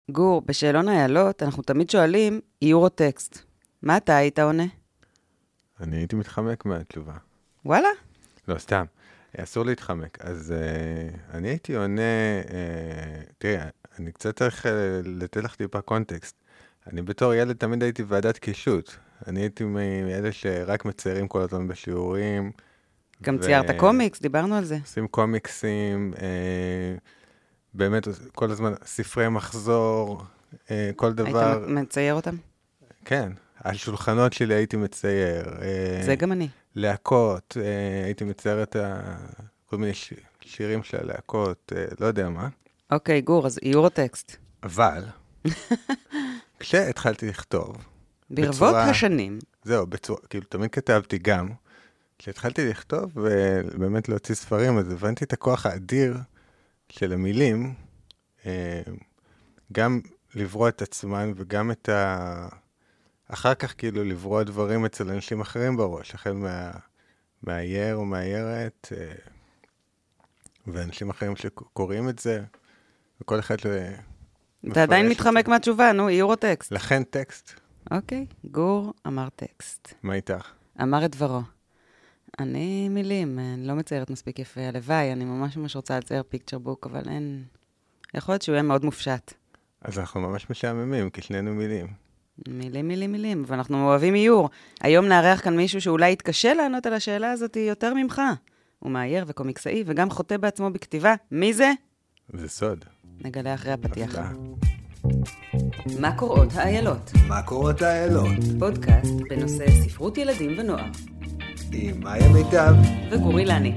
גור, בשאלון איילות אנחנו תמיד שואלים יורו-טקסט. מה אתה היית עונה? אני הייתי מתחמק מהתשובה. וואלה? לא, סתם. אסור להתחמק. אז אני הייתי עונה, תראה, אני קצת צריך לתת לך טיפה קונטקסט. אני בתור ילד תמיד הייתי ועדת קישוט. אני הייתי מאלה שרק מציירים כל הזמן בשיעורים. גם ציירת קומיקס, דיברנו על זה. עושים קומיקסים, באמת כל הזמן ספרי מחזור, כל דבר. היית מצייר אותם? כן, על שולחנות שלי הייתי מצייר. זה גם אני. להקות, הייתי מצייר את כל מיני שירים של הלהקות, לא יודע מה. אוקיי, גור, אז יורו-טקסט. אבל, כשהתחלתי לכתוב, ברבות השנים. זהו, כאילו תמיד כתבתי גם, כשהתחלתי לכתוב ובאמת להוציא ספרים, אז הבנתי את הכוח האדיר של המילים, גם לברוא את עצמן וגם את אחר כך כאילו לברוא דברים אצל אנשים אחרים בראש, החל מהאייר או מהאיירת, ואנשים אחרים שקוראים את זה, וכל אחד אתה עדיין מתחמק מהתשובה, נו, יורו-טקסט. לכן טקסט. אוקיי, גור אמר טקסט. מה איתך? אמר את דברו. אני מילים, אני לא מציירת מספיק יפה, הלוואי, אני ממש רוצה לצייר פיקצ'ר בוק, אבל אין... יכול להיות שהוא יהיה מאוד מופשט. אז אנחנו ממש משעממים, כי שנינו מילים. מילים, ואנחנו אוהבים איור. היום נארח כאן מישהו שאולי יתקשה לענות על השאלה הזאת יותר ממך. הוא מאייר וקומיקסאי, וגם חוטא בעצמו בכתיבה. מי זה? זה סוד. נגלה אחרי הפתיח. הפתעה. מה קוראות האיילות? מה קורות האיילות? פודקאסט בנושא ספרות ילדים ונוער. עם מאיה מיטב. וגורי לני.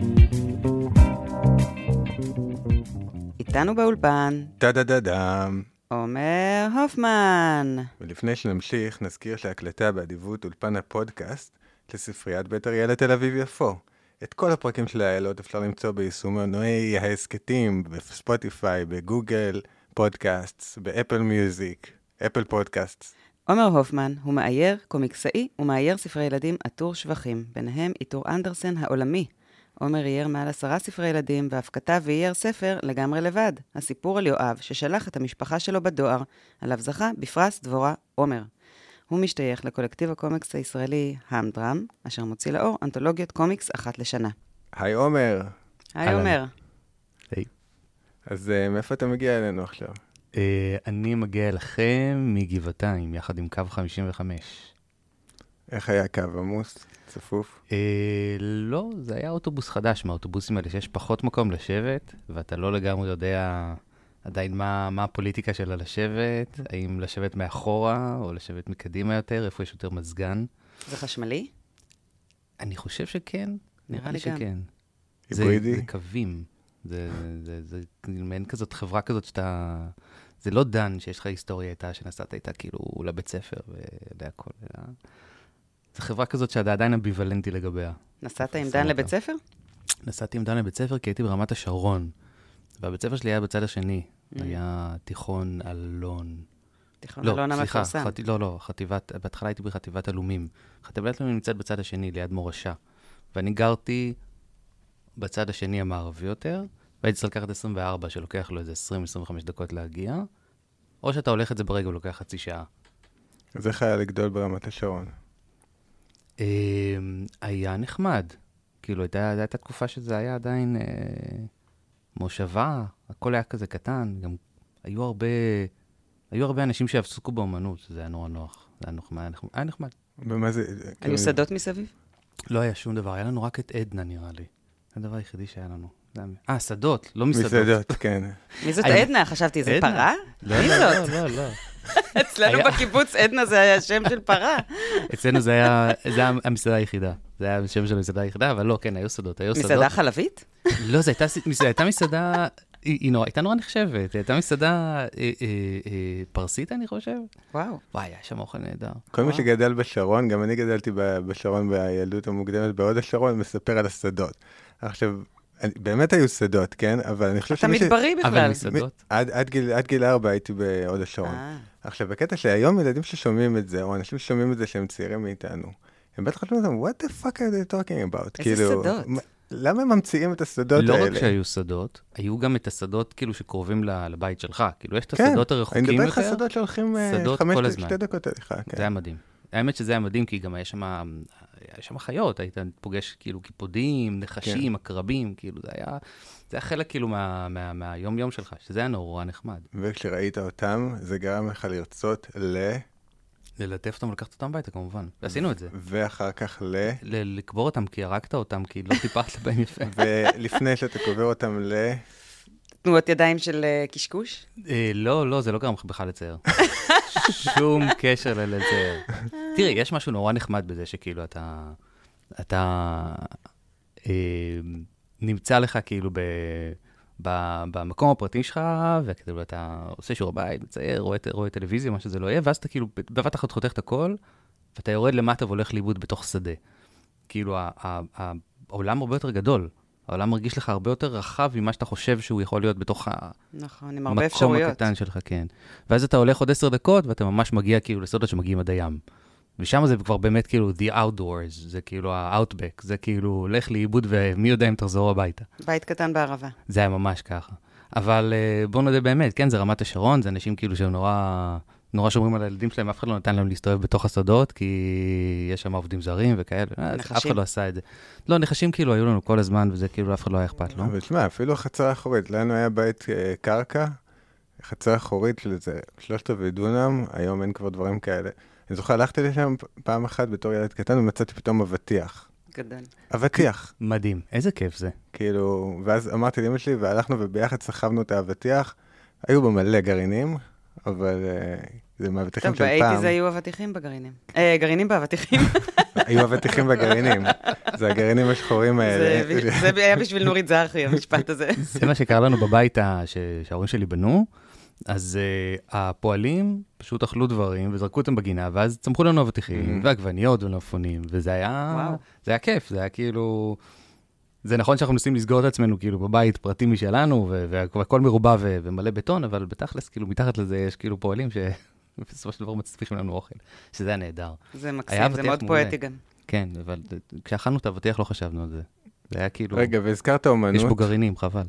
איתנו באולפן. טה-דה-דה-דם. עומר הופמן. ולפני שנמשיך, נזכיר שהקלטה באדיבות אולפן הפודקאסט לספריית בית אריאלה תל אביב יפו. את כל הפרקים של האיילות אפשר למצוא ביישומי ההסקטים, בספוטיפיי, בגוגל פודקאסט, באפל מיוזיק, אפל פודקאסט. עומר הופמן הוא מאייר, קומיקסאי ומאייר ספרי ילדים עטור שבחים, ביניהם עיטור אנדרסן העולמי. עומר אייר מעל 10 ספרי ילדים ואף כתב ואייר ספר לגמרי לבד, הסיפור על יואב ששלח את המשפחה שלו בדואר, עליו זכה בפרס דבורה עומר. הוא משתייך לקולקטיב הקומיקס הישראלי המדרם, אשר מוציא לאור אנתולוגיות קומיקס אחת לשנה. היי עומר. היי עומר. היי. אז מאיפה אתה מגיע אלינו עכשיו? אני מגיע אליכם מגבעתיים, יחד עם קו 55. איך היה קו עמוס? צפוף? לא, זה היה אוטובוס חדש, מהאוטובוסים האלה שיש פחות מקום לשבת, ואתה לא לגמרי יודע עדיין מה הפוליטיקה שלה לשבת, האם לשבת מאחורה או לשבת מקדימה יותר, איפה יש יותר מזגן. זה חשמלי? אני חושב שכן. נראה לי גם. שכן. היברידי? זה קווים. זה מעין כזאת חברה כזאת שאתה... זה לא דן שיש לך היסטוריה איתה, שנסעת איתה כאילו לבית ספר ולהכל. זו חברה כזאת שאתה עדיין אמביוולנטי לגביה. נסעת עם דן לבית ספר? נסעתי עם דן לבית ספר כי הייתי ברמת השרון. והבית ספר שלי היה בצד השני. היה תיכון אלון. תיכון אלון המפורסם. לא, בהתחלה הייתי בחטיבת אלומים. חטיבת אלומים נמצאת בצד השני, ליד מורשה. ואני גרתי בצד השני המערבי יותר, והייתי צריך לקחת 24, שלוקח לו איזה 20-25 דקות להגיע, או שאתה הולך את זה ברגע ולוקח חצי שעה. אז איך היה לגדול ברמת השרון? היה נחמד. כאילו, הייתה תקופה שזה היה עדיין מושבה, הכל היה כזה קטן, גם היו הרבה אנשים שהפסקו באמנות, זה היה נורא נוח, זה היה נחמד. במה זה? היו שדות מסביב? לא היה שום דבר, היה לנו רק את עדנה נראה לי. זה הדבר היחידי שהיה לנו. שדות, לא מסעדות. מסעדות, כן. מי זאת עדנה? חשבתי, זה פרה? לא, מי זאת? לא. אצלנו בקיבוץ עדנה זה היה שם של פרה. אצלנו זה היה המסעדה היחידה. זה היה השם של המסעדה היחידה, אבל לא, כן, היו שדות. מסעדה חלבית? לא, זו הייתה מסעדה, הייתה נורא נחשבת. הייתה מסעדה פרסית, אני חושב. וואו. וואי, היה שם אוכל נהדר. כל מי שגדל בשרון, גם אני גדלתי בשרון בילדות המוקדמת, בעוד השרון מספר על השדות. עכשיו, באמת היו שדות, כן? אבל אני חושב אתה מדברי בכלל. אבל מסעדות. עד גיל 4 הייתי בעוד השרון. עכשיו, בקטע שהיום ילדים ששומעים את זה, או אנשים ששומעים את זה שהם צעירים מאיתנו, הם בטח חושבים אותם, what the fuck are they talking about? איזה שדות? למה הם ממציאים את השדות האלה? לא רק שהיו שדות, היו גם את השדות כאילו שקרובים לבית שלך. כאילו יש את השדות הרחוקים יותר. אני מדבר לך שדות שהולכים 5-2 דקות הליכה. זה היה מדהים. האמת שזה היה מדהים, כי גם היה שם חיות, היית פוגש כאילו קיפודים, נחשים, עקרבים, כאילו זה היה חלק כאילו מהיום-יום שלך, שזה היה נורא נחמד. וכשראית אותם, זה גרם לך לרצות ללטף אותם ולקחת אותם ביתה, כמובן. ועשינו את זה. ואחר כך לקבור אותם, כי הרגת אותם, כי לא טיפחת בהם יפה. ולפני שאתה קובר אותם תנועות ידיים של קשקוש? לא, זה לא גרם לך בכלל לצייר. שום קשר לצייר. תראי, יש משהו נורא נחמד בזה, שכאילו אתה נמצא לך כאילו במקום הפרטי שלך, וכאילו אתה עושה שיעור בית, מצייר, רואה טלוויזיה, מה שזה לא יהיה, ואז אתה כאילו בבת אחת חותך את הכל, ואתה יורד למטה והולך לאיבוד בתוך שדה. כאילו, העולם הרבה יותר גדול. העולם מרגיש לך הרבה יותר רחב ממה שאתה חושב שהוא יכול להיות בתוך נכון, עם הרבה אפשרויות. המקום הקטן שלך, כן. ואז אתה הולך עוד 10 דקות, ואתה ממש מגיע כאילו לסודות שמגיעים עד הים. ושם זה כבר באמת כאילו the outdoors, זה כאילו ה-outback, זה כאילו לך לאיבוד ומי יודע אם תחזור הביתה. בית קטן בערבה. זה היה ממש ככה. אבל בואו נודה באמת, כן, זה רמת השרון, זה אנשים כאילו שהם נורא שומרים על הילדים שלהם, אף אחד לא נתן להם להסתובב בתוך השדות, כי יש שם עובדים זרים וכאלה, אף אחד לא עשה את זה. לא, נחשים כאילו היו לנו כל הזמן, וזה כאילו אף אחד לא היה אכפת, לא? אבל תשמע, אפילו חצר אחורית, לנו היה בית קרקע, חצר אחורית לזה 3 דונם, היום אין כבר דברים כאלה. אני זוכר, הלכתי לשם פעם אחת בתור ילד קטן, ומצאתי פתאום אבטיח. גדל. אבטיח. מדהים, איזה כיף זה. כאילו, ואז אמרתי לאמא שלי, והלכנו וביחד סחבנו את האבטיח, היו בו מלא גרעינים, אבל זה מהאבטיחים של פעם. טוב, באייטיז היו אבטיחים בגרעינים. גרעינים באבטיחים. היו אבטיחים בגרעינים. זה הגרעינים השחורים האלה. זה היה בשביל נורית זרחי, המשפט הזה. זה מה שקרה לנו בבית שההורים שלי בנו, אז הפועלים פשוט אכלו דברים וזרקו אותם בגינה, ואז צמחו לנו אבטיחים ועגבניות ולפונים, וזה היה כיף, זה היה כאילו... זה נכון שאנחנו מנסים לסגור את עצמנו כאילו בבית פרטי משלנו, והכל מרובע ומלא בטון, אבל בתכלס כאילו מתחת לזה יש כאילו פועלים שבסופו של דבר מצליחים לנו אוכל, שזה היה נהדר. זה מקסים, זה מאוד פואטי גם. כן, אבל כשאכלנו את האבטיח לא חשבנו על זה. זה היה כאילו... רגע, והזכרת אומנות. יש בו גרעינים, חבל.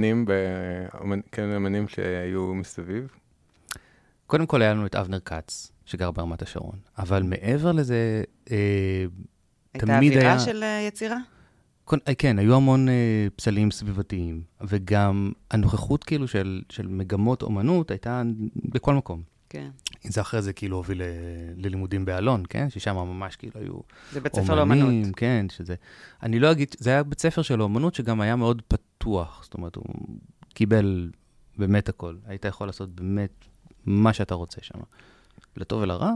אומנים שהיו מסביב? קודם כל היה לנו את אבנר קץ, שגר ברמת השרון. אבל מעבר לזה, תמיד היה... הייתה אווירה של יצירה? כן, היו המון פסלים סביבתיים, וגם הנוכחות כאילו של מגמות אומנות הייתה בכל מקום. כן. זה אחרי זה כאילו הוביל ללימודים באלון, כן? ששם ממש כאילו היו זה בית ספר לאומנות. כן, שזה... אני לא אגיד, זה היה בית ספר של אומנות שגם היה מאוד פתוח, זאת אומרת, הוא קיבל באמת הכל. היית יכול לעשות באמת מה שאתה רוצה שם. לטוב ולרע,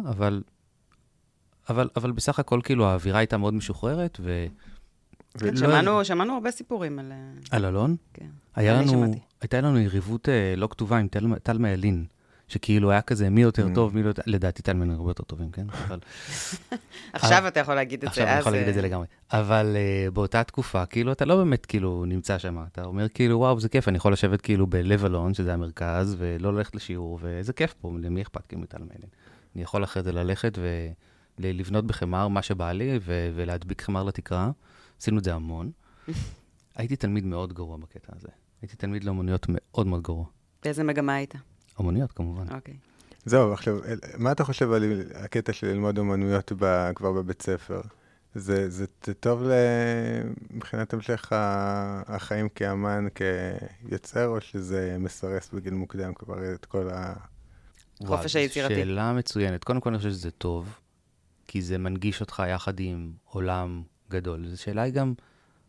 אבל בסך הכל כאילו האווירה הייתה מאוד משוחררת, כן, שמענו הרבה סיפורים על אלון? כן. הייתה לנו יריבות לא כתובה עם תלמה ילין, שכאילו היה כזה מי יותר טוב, מי לא... לדעתי תלמה הרבה יותר טובים, כן? עכשיו אתה יכול להגיד את זה. עכשיו אני יכול להגיד את זה לגמרי. אבל באותה תקופה, כאילו, אתה לא באמת כאילו נמצא שם. אתה אומר כאילו, וואו, זה כיף, אני יכול לשבת כאילו בלב אלון, שזה המרכז, ולא ללכת לשיעור, וזה כיף פה, למי אכפת כאילו מתלמה ילין. אני יכול אחרי זה ללכת ולבנות בחמר מה שבא לי, ולהדביק חמר לתקרה. עשינו את זה המון. הייתי תלמיד מאוד גרוע בקטע הזה. הייתי תלמיד לאמנויות מאוד מאוד גרוע. באיזה מגמה היית? אמנויות, כמובן. אוקיי. זהו, עכשיו, מה אתה חושב על הקטע של ללמוד אמנויות כבר בבית ספר? זה טוב מבחינת המשך החיים כאמן, כיוצר, או שזה מסרס בגיל מוקדם כבר את כל חופש היצירתי? שאלה מצוינת. קודם כל אני חושב שזה טוב, כי זה מנגיש אותך יחד עם עולם גדול. זו שאלה היא גם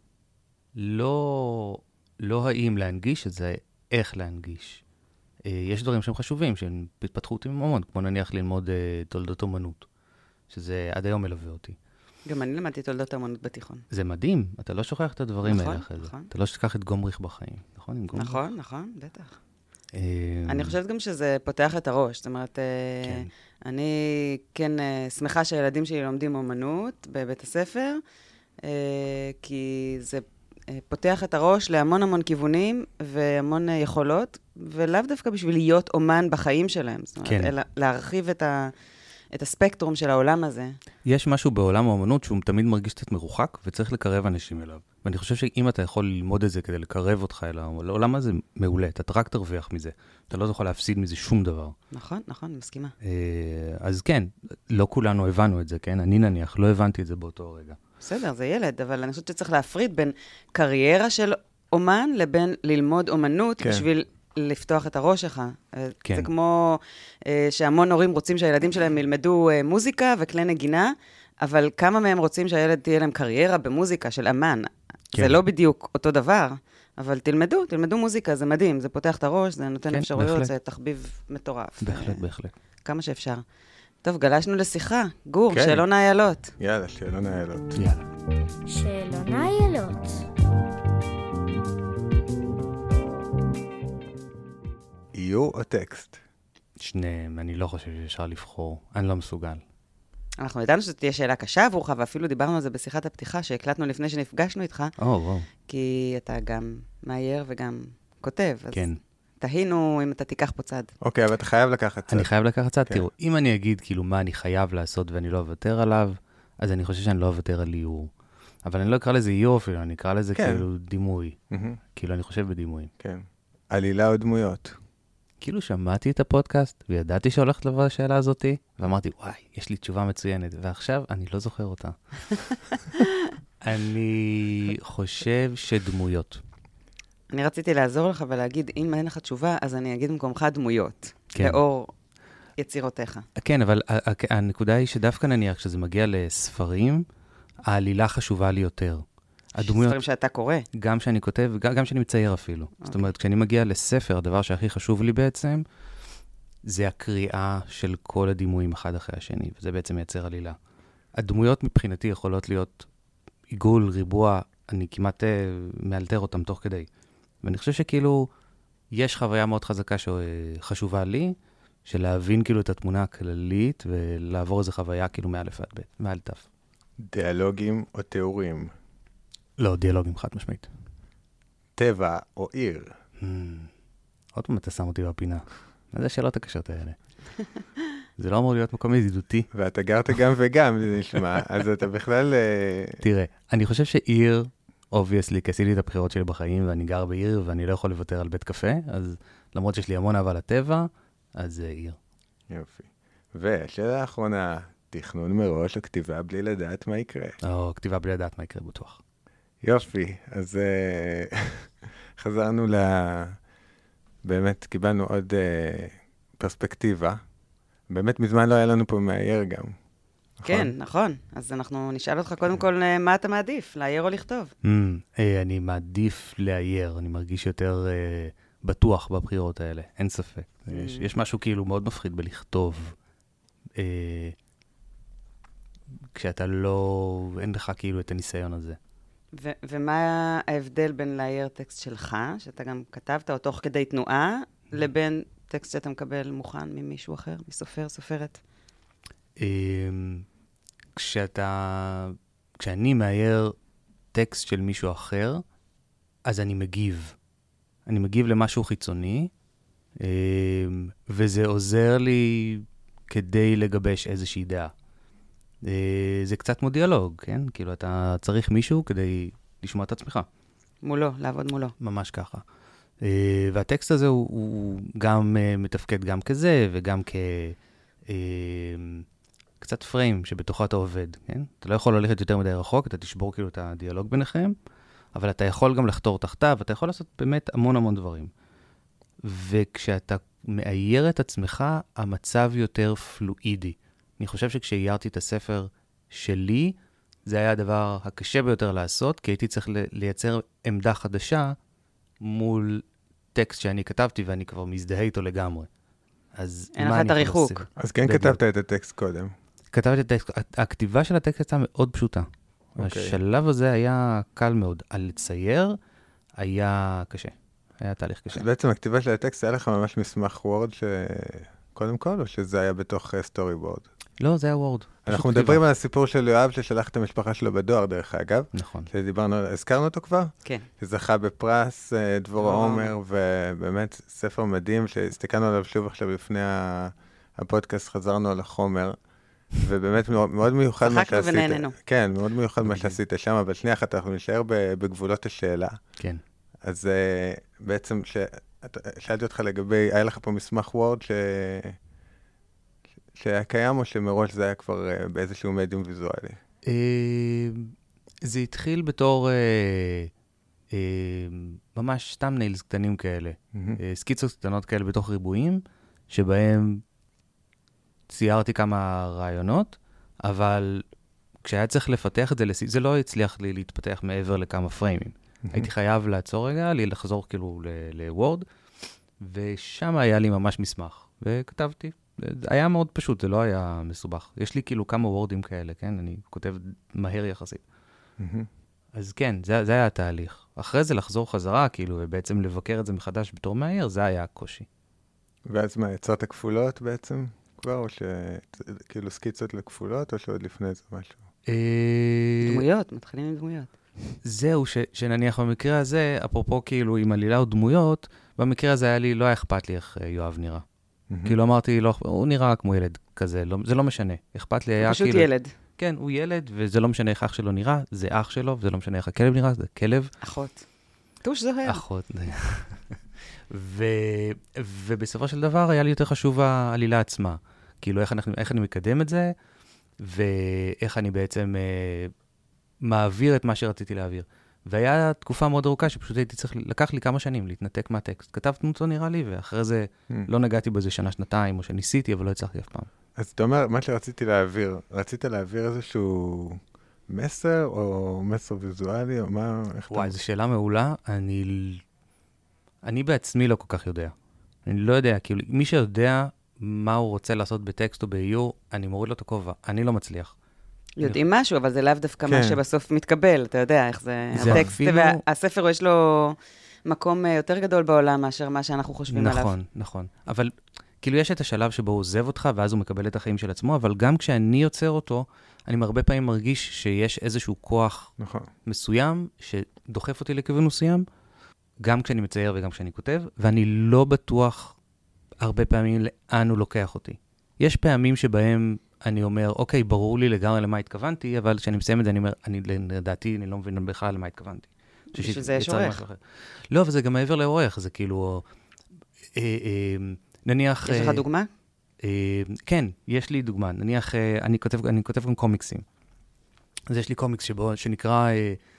לא האם להנגיש, זה איך להנגיש. יש דברים שהם חשובים, שהם התפתחות עם המון, כמו נניח ללמוד תולדות אומנות, שזה עד היום מלווה אותי. גם אני למדתי תולדות אומנות בתיכון. זה מדהים, אתה לא שוכח את הדברים האלה אחרי זה. נכון. אתה לא שוכח את גומריך בחיים, נכון? נכון, בטח. אני חושבת גם שזה פותח את הראש, זאת אומרת, אני כן שמחה שהילדים שלי לומדים אומנות בבית הספר, כי זה פותח את הראש להמון המון כיוונים והמון יכולות, ולאו דווקא בשביל להיות אומן בחיים שלהם, זאת אומרת, אלא להרחיב את הספקטרום של העולם הזה. יש משהו בעולם האמנות שהוא תמיד מרגיש קצת מרוחק, וצריך לקרב אנשים אליו. ואני חושב שאם אתה יכול ללמוד את זה כדי לקרב אותך אל העולם הזה, מעולה. אתה רק תרוויח מזה. אתה לא יכול להפסיד מזה שום דבר. נכון, נכון, מסכימה. אז כן, לא כולנו הבנו את זה, כן? אני נניח, לא הבנתי את זה באותו רגע. בסדר, זה ילד, אבל אני חושבת שצריך להפריד בין קריירה של אומן לבין ללמוד אומנות בשביל לפתוח את הראש שלך. כן. זה כמו שהמון הורים רוצים שהילדים שלהם ילמדו מוזיקה וכלי נגינה, אבל כמה מהם רוצים שהילד תהיה להם קריירה במוזיקה של אמן. כן. זה לא בדיוק אותו דבר, אבל תלמדו מוזיקה, זה מדהים, זה פותח את הראש, זה נותן אפשרויות, בהחלט. זה תחביב מטורף. בהחלט. כמה שאפשר. טוב, גלשנו לשיחה. גור, כן. שאלון האיילות. יאללה, שאלון האיילות. יאללה. שאלון האיילות. איור או טקסט? שניהם, אני לא חושב שאפשר לבחור. אני לא מסוגל. אנחנו ידענו שזאת תהיה שאלה קשה עבורך, ואפילו דיברנו על זה בשיחת הפתיחה שהקלטנו לפני שנפגשנו איתך, וואו. כי אתה גם מאייר וגם כותב, אז כן. תהינו אם אתה תיקח פה צד. אוקיי, אבל אתה חייב לקחת צד. אני חייב לקחת צד. כן. תראו, אם אני אגיד כאילו מה אני חייב לעשות ואני לא אוותר עליו, אז אני חושב שאני לא אוותר על איור. אבל אני לא אקרא לזה איור אפילו, אני אקרא לזה כן. כאילו דימוי. מהמם, כאילו אני חושב בדימויים. כן. עלילה או דמויות? כאילו שמעתי את הפודקאסט, וידעתי שהולכת לבוא השאלה הזאת, ואמרתי, וואי, יש לי תשובה מצוינת, ועכשיו אני לא זוכר אותה. אני חושב שדמויות. אני רציתי לעזור לך ולהגיד, אם אין לך תשובה, אז אני אגיד במקומך דמויות, כן. לאור יצירותיך. כן, אבל הנקודה היא שדווקא נניח, כשזה מגיע לספרים, העלילה חשובה לי יותר. הדמויות, ספרים שאתה קורא. גם שאני כותב, גם שאני מצייר אפילו. זאת אומרת, כשאני מגיע לספר, הדבר שהכי חשוב לי בעצם, זה הקריאה של כל הדימויים אחד אחרי השני, וזה בעצם מייצר עלילה. הדמויות מבחינתי יכולות להיות עיגול, ריבוע, אני כמעט מאלתר אותם תוך כדי. ואני חושב שכאילו, יש חוויה מאוד חזקה שחשובה לי, של להבין כאילו את התמונה הכללית, ולעבור איזו חוויה כאילו מאלף עד ב', מאל תף. דיאלוגים או תיאורים? לא, דיאלוגים חד משמעית. טבע או עיר? עוד פעם אתה שם אותי בפינה. מה זה השאלות הקשות האלה? זה לא אמור להיות מקום ידידותי. ואתה גרת גם וגם, זה נשמע. אז אתה בכלל... תראה, אני חושב שעיר, obviously, כי עשיתי את הבחירות שלי בחיים, ואני גר בעיר, ואני לא יכול לוותר על בית קפה, אז למרות שיש לי המון אהבה לטבע, אז זה עיר. יופי. והשאלה האחרונה, תכנון מראש או כתיבה בלי לדעת מה יקרה? או כתיבה בלי לדעת מה יקרה בטוח. יופי, אז חזרנו באמת קיבלנו עוד פרספקטיבה. באמת מזמן לא היה לנו פה מאייר גם. כן, נכון. אז אנחנו נשאל אותך קודם כל, מה אתה מעדיף, לאייר או לכתוב? אני מעדיף לאייר, אני מרגיש יותר בטוח בבחירות האלה, אין ספק. יש משהו כאילו מאוד מפחיד בלכתוב, כשאתה לא, אין לך כאילו את הניסיון הזה. ומה ההבדל בין לאייר טקסט שלך, שאתה גם כתבת, או תוך כדי תנועה, לבין טקסט שאתה מקבל מוכן ממישהו אחר, מסופר, סופרת? כשאני מאייר טקסט של מישהו אחר, אז אני מגיב. אני מגיב למשהו חיצוני, וזה עוזר לי כדי לגבש איזושהי דעה. זה קצת כמו דיאלוג, כן? כאילו, אתה צריך מישהו כדי לשמוע את עצמך. מולו, לעבוד מולו. ממש ככה. והטקסט הזה הוא גם מתפקד גם כזה, וגם קצת פריים שבתוכו אתה עובד, כן? אתה לא יכול ללכת יותר מדי רחוק, אתה תשבור כאילו את הדיאלוג ביניכם, אבל אתה יכול גם לחתור תחתיו, אתה יכול לעשות באמת המון המון דברים. וכשאתה מאייר את עצמך, המצב יותר פלואידי. אני חושב שכשאיירתי את הספר שלי, זה היה הדבר הקשה ביותר לעשות, כי הייתי צריך לייצר עמדה חדשה מול טקסט שאני כתבתי, ואני כבר מזדהה איתו לגמרי. אז אין לך את הריחוק. אז כן כתבת את הטקסט קודם. כתבתי את הטקסט, הכתיבה של הטקסט הייתה מאוד פשוטה. השלב הזה היה קל מאוד. על לצייר היה קשה. היה תהליך קשה. אז בעצם הכתיבה של הטקסט היה לך ממש מסמך וורד קודם כל, או שזה היה בתוך סטורי בורד? לא, זה היה וורד. אנחנו מדברים על הסיפור של יואב ששלח את המשפחה שלו בדואר, דרך אגב. נכון. שדיברנו, הזכרנו אותו כבר? כן. שזכה בפרס דבורה עומר, ובאמת ספר מדהים שהסתכלנו עליו שוב עכשיו לפני הפודקאסט, חזרנו על החומר. ובאמת מאוד מיוחד מה צחקנו שעשית. ונהננו. כן, מאוד מיוחד מה שעשית שם, אבל שנייה אחת אנחנו נשאר בגבולות השאלה. כן. אז בעצם, שאלתי אותך לגבי, היה לך פה מסמך וורד שהיה קיים, או שמראש זה היה כבר באיזשהו מדיום ויזואלי? זה התחיל בתור ממש thumbnails קטנים כאלה, סקיצות קטנות כאלה בתוך ריבועים, שבהם ציירתי כמה רעיונות, אבל כשהיה צריך לפתח את זה, זה לא הצליח לי להתפתח מעבר לכמה פריימים. הייתי חייב לעצור רגע, לחזור כאילו לוורד, ושם היה לי ממש מסמך, וכתבתי. זה היה מאוד פשוט, זה לא היה מסובך. יש לי כאילו כמה וורדים כאלה, כן? אני כותב מהר יחסית. אז כן, זה היה התהליך. אחרי זה לחזור חזרה, כאילו, ובעצם לבקר את זה מחדש בתור מהר, זה היה הקושי. ואז מה, יצרת כפולות בעצם כבר, או שכאילו סקיצות לכפולות, או שעוד לפני זה משהו? דמויות, מתחילים עם דמויות. זהו, שנניח במקרה הזה, אפרופו כאילו עם עלילה או דמויות, במקרה הזה היה לי, לא היה אכפת לי איך יואב נראה. כאילו אמרתי, לא, הוא נראה כמו ילד כזה, זה לא משנה. אכפת לי היה כאילו... פשוט ילד. כן, הוא ילד, וזה לא משנה איך אח שלו נראה, זה אח שלו, וזה לא משנה איך הכלב נראה, זה כלב. אחות. טוש זוהר. אחות. ובסופו של דבר היה לי יותר חשוב העלילה עצמה. כאילו, איך אני מקדם את זה, ואיך אני בעצם מעביר את מה שרציתי להעביר. והיה תקופה מאוד ארוכה שפשוט הייתי צריך, לקח לי כמה שנים להתנתק מהטקסט. כתבתי אותו נראה לי, ואחרי זה לא נגעתי בזה שנה, שנתיים, או שניסיתי, אבל לא הצלחתי אף פעם. אז אתה אומר, מה שרציתי להעביר, רצית להעביר איזשהו מסר, או מסר ויזואלי, או מה, איך וואי, זו שאלה מעולה. אני בעצמי לא כל כך יודע. אני לא יודע, כאילו, מי שיודע מה הוא רוצה לעשות בטקסט או באיור, אני מוריד לו את הכובע. אני לא מצליח. יודעים משהו, אבל זה לאו דווקא מה שבסוף מתקבל, אתה יודע, איך זה... הטקסט והספר יש לו מקום יותר גדול בעולם מאשר מה שאנחנו חושבים עליו. נכון, נכון. אבל כאילו יש את השלב שבו הוא עוזב אותך, ואז הוא מקבל את החיים של עצמו, אבל גם כשאני יוצר אותו, אני הרבה פעמים מרגיש שיש איזשהו כוח מסוים, שדוחף אותי לכיוון מסוים, גם כשאני מצייר וגם כשאני כותב, ואני לא בטוח הרבה פעמים לאן הוא לוקח אותי. יש פעמים שבהם אני אומר, אוקיי, ברור לי לגמרי למה התכוונתי, אבל כשאני מסיים את זה, אני אומר, לדעתי, אני לא מבין בכלל למה התכוונתי. בשביל זה יש עורך. לא, אבל זה גם מעבר לעורך, זה כאילו, נניח... יש לך דוגמה? כן, יש לי דוגמה. נניח, אני כותב גם קומיקסים. אז יש לי קומיקס שנקרא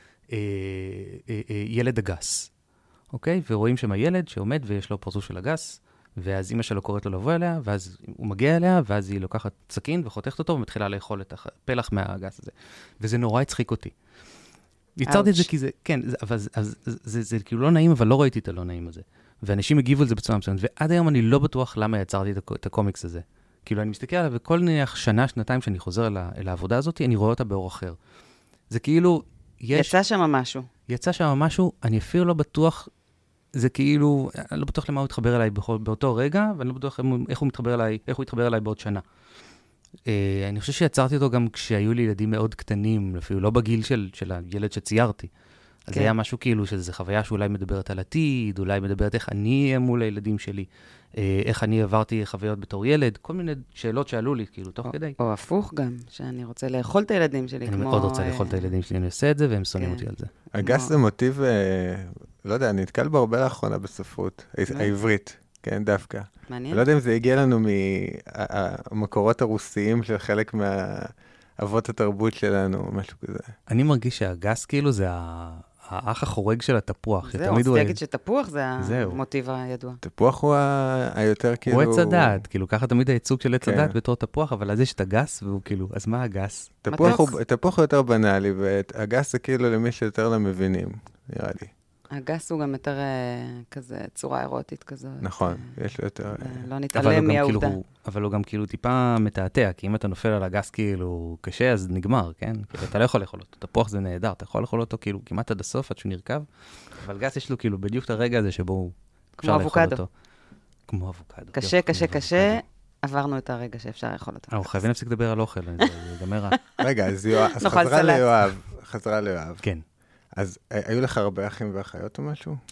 ילד הגס. אוקיי? ורואים שם הילד שעומד ויש לו פרצוף של הגס, ואז אמא שלו קוראת לו לבוא אליה, ואז הוא מגיע אליה, ואז היא לוקחת סכין וחותכת אותו, ומתחילה לאכול את הפלח מהגס הזה. וזה נורא הצחיק אותי. יצרתי את זה כי זה, כן, אבל זה כאילו לא נעים, אבל לא ראיתי את הלא נעים הזה. ואנשים הגיבו על זה בצורה מסוימת, ועד היום אני לא בטוח למה יצרתי את הקומיקס הזה. כאילו, אני מסתכל עליו, וכל נניח שנה, שנתיים שאני חוזר אל העבודה הזאת, אני רואה אותה באור אחר. זה כאילו, יצא שם משהו. יצא שם משהו, אני אפילו לא בטוח, זה כאילו, אני לא בטוח למה הוא התחבר אליי באותו רגע, ואני לא בטוח איך הוא יתחבר אליי בעוד שנה. אני חושב שיצרתי אותו גם כשהיו לי ילדים מאוד קטנים, אפילו לא בגיל של הילד שציירתי. אז זה היה משהו כאילו, שזו חוויה שאולי מדברת על עתיד, אולי מדברת איך אני אהיה מול הילדים שלי, איך אני עברתי חוויות בתור ילד, כל מיני שאלות שעלו לי, כאילו, תוך כדי. או הפוך גם, שאני רוצה לאכול את הילדים שלי, אני מאוד רוצה לאכול את הילדים שלי, אני עושה את זה, והם שונאים אותי על זה. הגס זה מוטיב, לא יודע, אני נתקל בו הרבה לאחרונה בספרות, העברית, כן, דווקא. מעניין. לא יודע אם זה הגיע לנו מהמקורות הרוסיים של חלק מהאבות התרבות שלנו, משהו כזה. אני מרגיש שהגס כאילו זה האח החורג של התפוח. זהו, אז תגיד שתפוח זה המוטיב הידוע. תפוח הוא היותר כאילו... הוא עץ הדעת, כאילו ככה תמיד הייצוג של עץ הדעת בתור תפוח, אבל אז יש את הגס, והוא כאילו, אז מה הגס? תפוח הוא יותר בנאלי, והגס זה כאילו למי שיותר למבינים, נראה לי. הגס הוא גם יותר כזה צורה אירוטית כזאת. נכון, יש לו יותר... לא נתעלם מהעובדה. אבל הוא גם כאילו טיפה מתעתע, כי אם אתה נופל על הגס כאילו קשה, אז נגמר, כן? כאילו אתה לא יכול לאכול אותו. תפוח זה נהדר, אתה יכול לאכול אותו כאילו כמעט עד הסוף, עד שהוא נרכב, אבל גס יש לו כאילו בדיוק את הרגע הזה שבו אפשר לאכול אותו. כמו אבוקדו. קשה, קשה, קשה. עברנו את הרגע שאפשר לאכול אותו. אנחנו חייבים להפסיק לדבר על אוכל, זה ייגמר רע. רגע, אז חזרה ליואב. כן. אז היו לך הרבה אחים ואחיות או משהו? לא,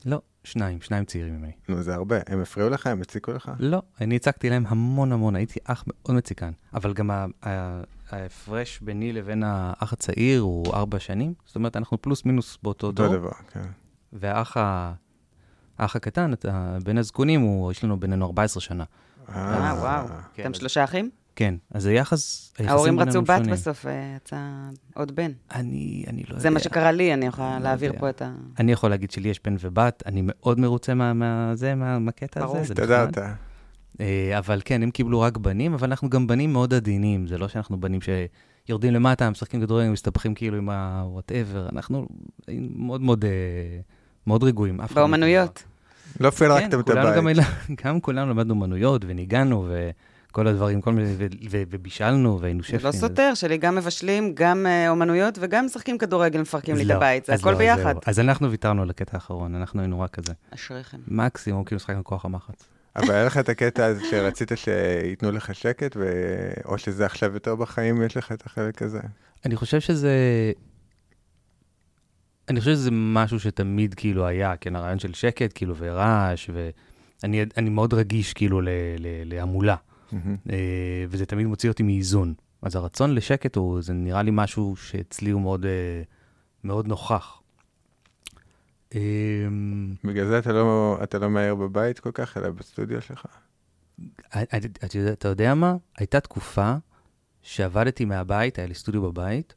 שניים צעירים ממני. נו, זה הרבה. הם הפריעו לך? הם הציקו לך? לא, אני הצקתי להם המון, הייתי אח מאוד מציקן. אבל גם ההפרש ביני לבין האח הצעיר הוא 4 שנים. זאת אומרת, אנחנו פלוס מינוס באותו דור. אותו דבר, כן. והאח הקטן, בין הזקונים, יש לנו בינינו 14 שנה. וואו. אתם 3 אחים? כן, אז היחס... ההורים רצו בת בסוף, יצא עוד בן. אני לא יודע. זה מה שקרה לי, אני יכולה להעביר פה את ה... אני יכול להגיד שלי יש בן ובת, אני מאוד מרוצה מהקטע הזה. הסתדרת. אבל כן, הם קיבלו רק בנים, אבל אנחנו גם בנים מאוד עדינים. זה לא שאנחנו בנים שיורדים למטה, משחקים כדורגל, מסתבכים כאילו עם ה-whatever. אנחנו מאוד רגועים. באומנויות. לא פרקתם את הבית. גם כולנו למדנו אומנויות וניגענו וכל הדברים, ובישלנו והיינו שפים. זה לא סותר, שלי גם מבשלים, גם אומנויות וגם משחקים כדורגל, מפרקים לי את הבית. זה הכל ביחד. אז אנחנו ויתרנו על הקטע האחרון, אנחנו היינו רק כזה. אשריכם. מקסימום, כאילו משחקנו כוח המחץ. אבל היה לך את הקטע הזה שרצית שיתנו לך שקט, או שזה עכשיו יותר בחיים, יש לך את החלק הזה? אני חושב שזה משהו שתמיד כאילו היה, כן, הרעיון של שקט, כאילו, ורעש, ואני מאוד רגיש כאילו להמולה, וזה תמיד מוציא אותי מאיזון. אז הרצון לשקט זה נראה לי משהו שאצלי הוא מאוד נוכח. בגלל זה אתה לא מהר בבית כל כך, אלא בסטודיו שלך? אתה יודע מה? הייתה תקופה שעבדתי מהבית, היה לי סטודיו בבית,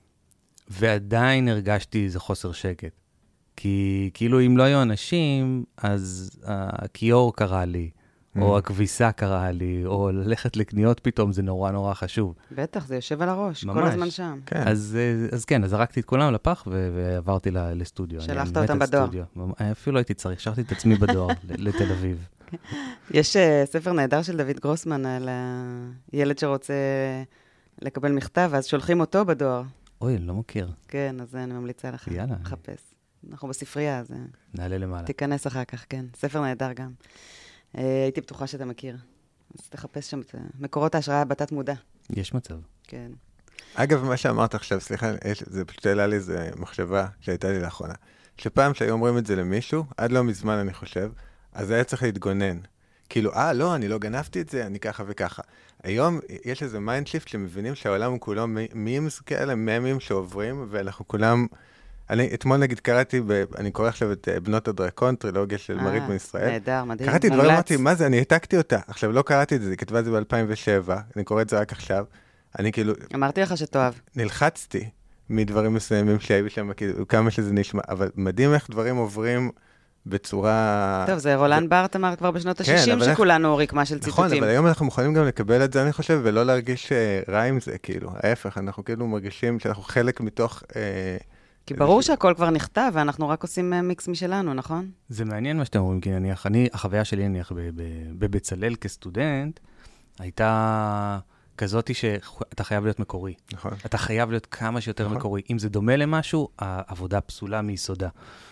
ועדיין הרגשתי איזה חוסר שקט. כי כאילו אם לא היו אנשים, אז הכיור קרה לי, או הכביסה קרה לי, או ללכת לקניות פתאום, זה נורא חשוב. בטח, זה יושב על הראש, ממש. כל הזמן שם. כן. אז כן, אז זרקתי את כולם לפח, ועברתי לסטודיו. שלחת אותם בדואר. אפילו הייתי צריך, שלחתי את עצמי בדואר לתל אביב. יש ספר נהדר של דוד גרוסמן, על ילד שרוצה לקבל מכתב, אז שולחים אותו בדואר. אוי, לא מכיר. כן, אז אני ממליצה לך לחפש. אנחנו בספרייה, אז נעלה למעלה. תיכנס אחר כך, כן. ספר נהדר גם. הייתי בטוחה שאתה מכיר. אז תחפש שם את מקורות ההשראה בתת מודע. יש מצב. כן. אגב, מה שאמרת עכשיו, סליחה, זה פשוט העלה לי איזו מחשבה שהייתה לי לאחרונה. שפעם שהיו אומרים את זה למישהו, עד לא מזמן אני חושב, אז היה צריך להתגונן. כאילו, לא, אני לא גנבתי את זה, אני ככה וככה. היום יש איזה מיינד שיפט שמבינים שהעולם הוא כולו מימס כאלה, ממים שעוברים, ואנחנו כולם... אתמול נגיד קראתי, אני קורא עכשיו את בנות הדרקון, טרילוגיה של מרית מישראל. נהדר, מדהים. קראתי דברים, אמרתי, מה זה, אני העתקתי אותה. עכשיו, לא קראתי את זה, היא כתבה את זה ב-2007, אני קורא את זה רק עכשיו. אני כאילו... אמרתי לך שתאהב. נלחצתי מדברים מסוימים שהיו שם, כאילו, כמה שזה נשמע, אבל מדהים איך דברים עוברים בצורה... טוב, זה רולן בארט אמר כבר בשנות ה-60 שכולנו רקמה של ציטוטים. נכון, אבל היום אנחנו מוכנים גם לקבל את זה, אני חושב, ולא להרגיש רע עם זה, כאילו. ההפך, אנחנו כאילו מרגישים שאנחנו חלק מתוך... כי ברור שהכל כבר נכתב, ואנחנו רק עושים מיקס משלנו, נכון? זה מעניין מה שאתם אומרים, כי החוויה שלי, נניח, בבצלאל כסטודנט, הייתה כזאת שאתה חייב להיות מקורי. נכון. אתה חייב להיות כמה שיותר מקורי. אם זה דומה למשהו, העבודה פסולה מיסודה.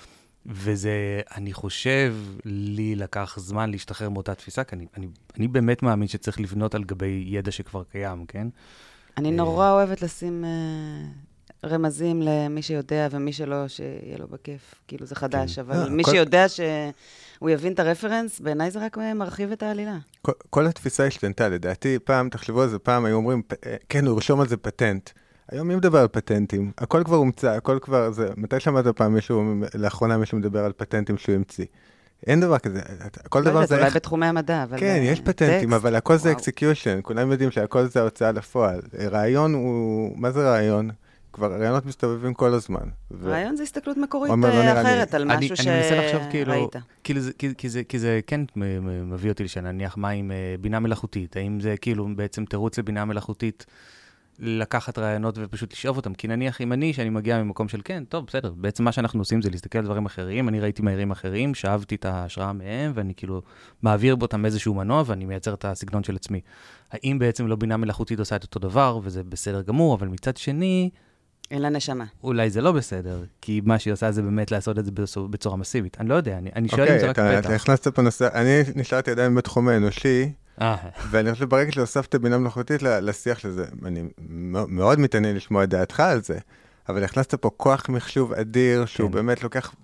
וזה, אני חושב, לי לקח זמן להשתחרר מאותה תפיסה, כי אני באמת מאמין שצריך לבנות על גבי ידע שכבר קיים, כן? אני נורא אוהבת לשים רמזים למי שיודע ומי שלא, שיהיה לו בכיף. כאילו זה חדש, אבל מי שיודע שהוא יבין את הרפרנס, בעיניי זה רק מרחיב את העלילה. כל התפיסה השתנתה, לדעתי, פעם, תחשבו על זה, פעם היו אומרים, כן, הוא רשום על זה פטנט. היום מי מדבר על פטנטים? הכל כבר הומצא, הכל כבר, מתי שמעת פעם לאחרונה מישהו מדבר על פטנטים שהוא המציא? אין דבר כזה, כל דבר זה... אולי בתחומי המדע, אבל... כן, יש פטנטים, אבל הכל זה אקסקיושן, כולם יודעים שהכל זה ההוצאה לפועל. רעיון הוא... מה זה רעיון? כבר רעיונות מסתובבים כל הזמן. רעיון זה הסתכלות מקורית אחרת על משהו שראית. אני מנסה לחשוב כי זה כן מביא אותי לשנניח מה עם בינה מלאכותית, האם זה כאילו בעצם תירוץ לבינה מלאכותית לקחת רעיונות ופשוט לשאוב אותם, כי נניח אם שאני מגיע ממקום של כן, טוב, בסדר, בעצם מה שאנחנו עושים זה להסתכל על דברים אחרים, אני ראיתי מהירים אחרים, שאבתי את ההשראה מהם, ואני כאילו מעביר באותם איזשהו מנוע, ואני מייצר את הסגנון של עצמי. האם בעצם לא בינה מלאכותית עושה את אותו דבר, וזה בסדר גמור, אבל מצד שני... אין לה נשמה. אולי זה לא בסדר, כי מה שהיא עושה זה באמת לעשות את זה בצורה מסיבית. אני לא יודע, אני שואל אם זה רק פתח. אוקיי, אתה הכנסת פה נושא, אני נשארתי עדיין בתחום האנושי, ואני חושב ברגע שהוספת בינה מלאכותית לשיח לזה, אני מאוד מתעניין לשמוע את דעתך על זה, אבל הכנסת פה כוח מחשוב אדיר, שהוא באמת לוקח,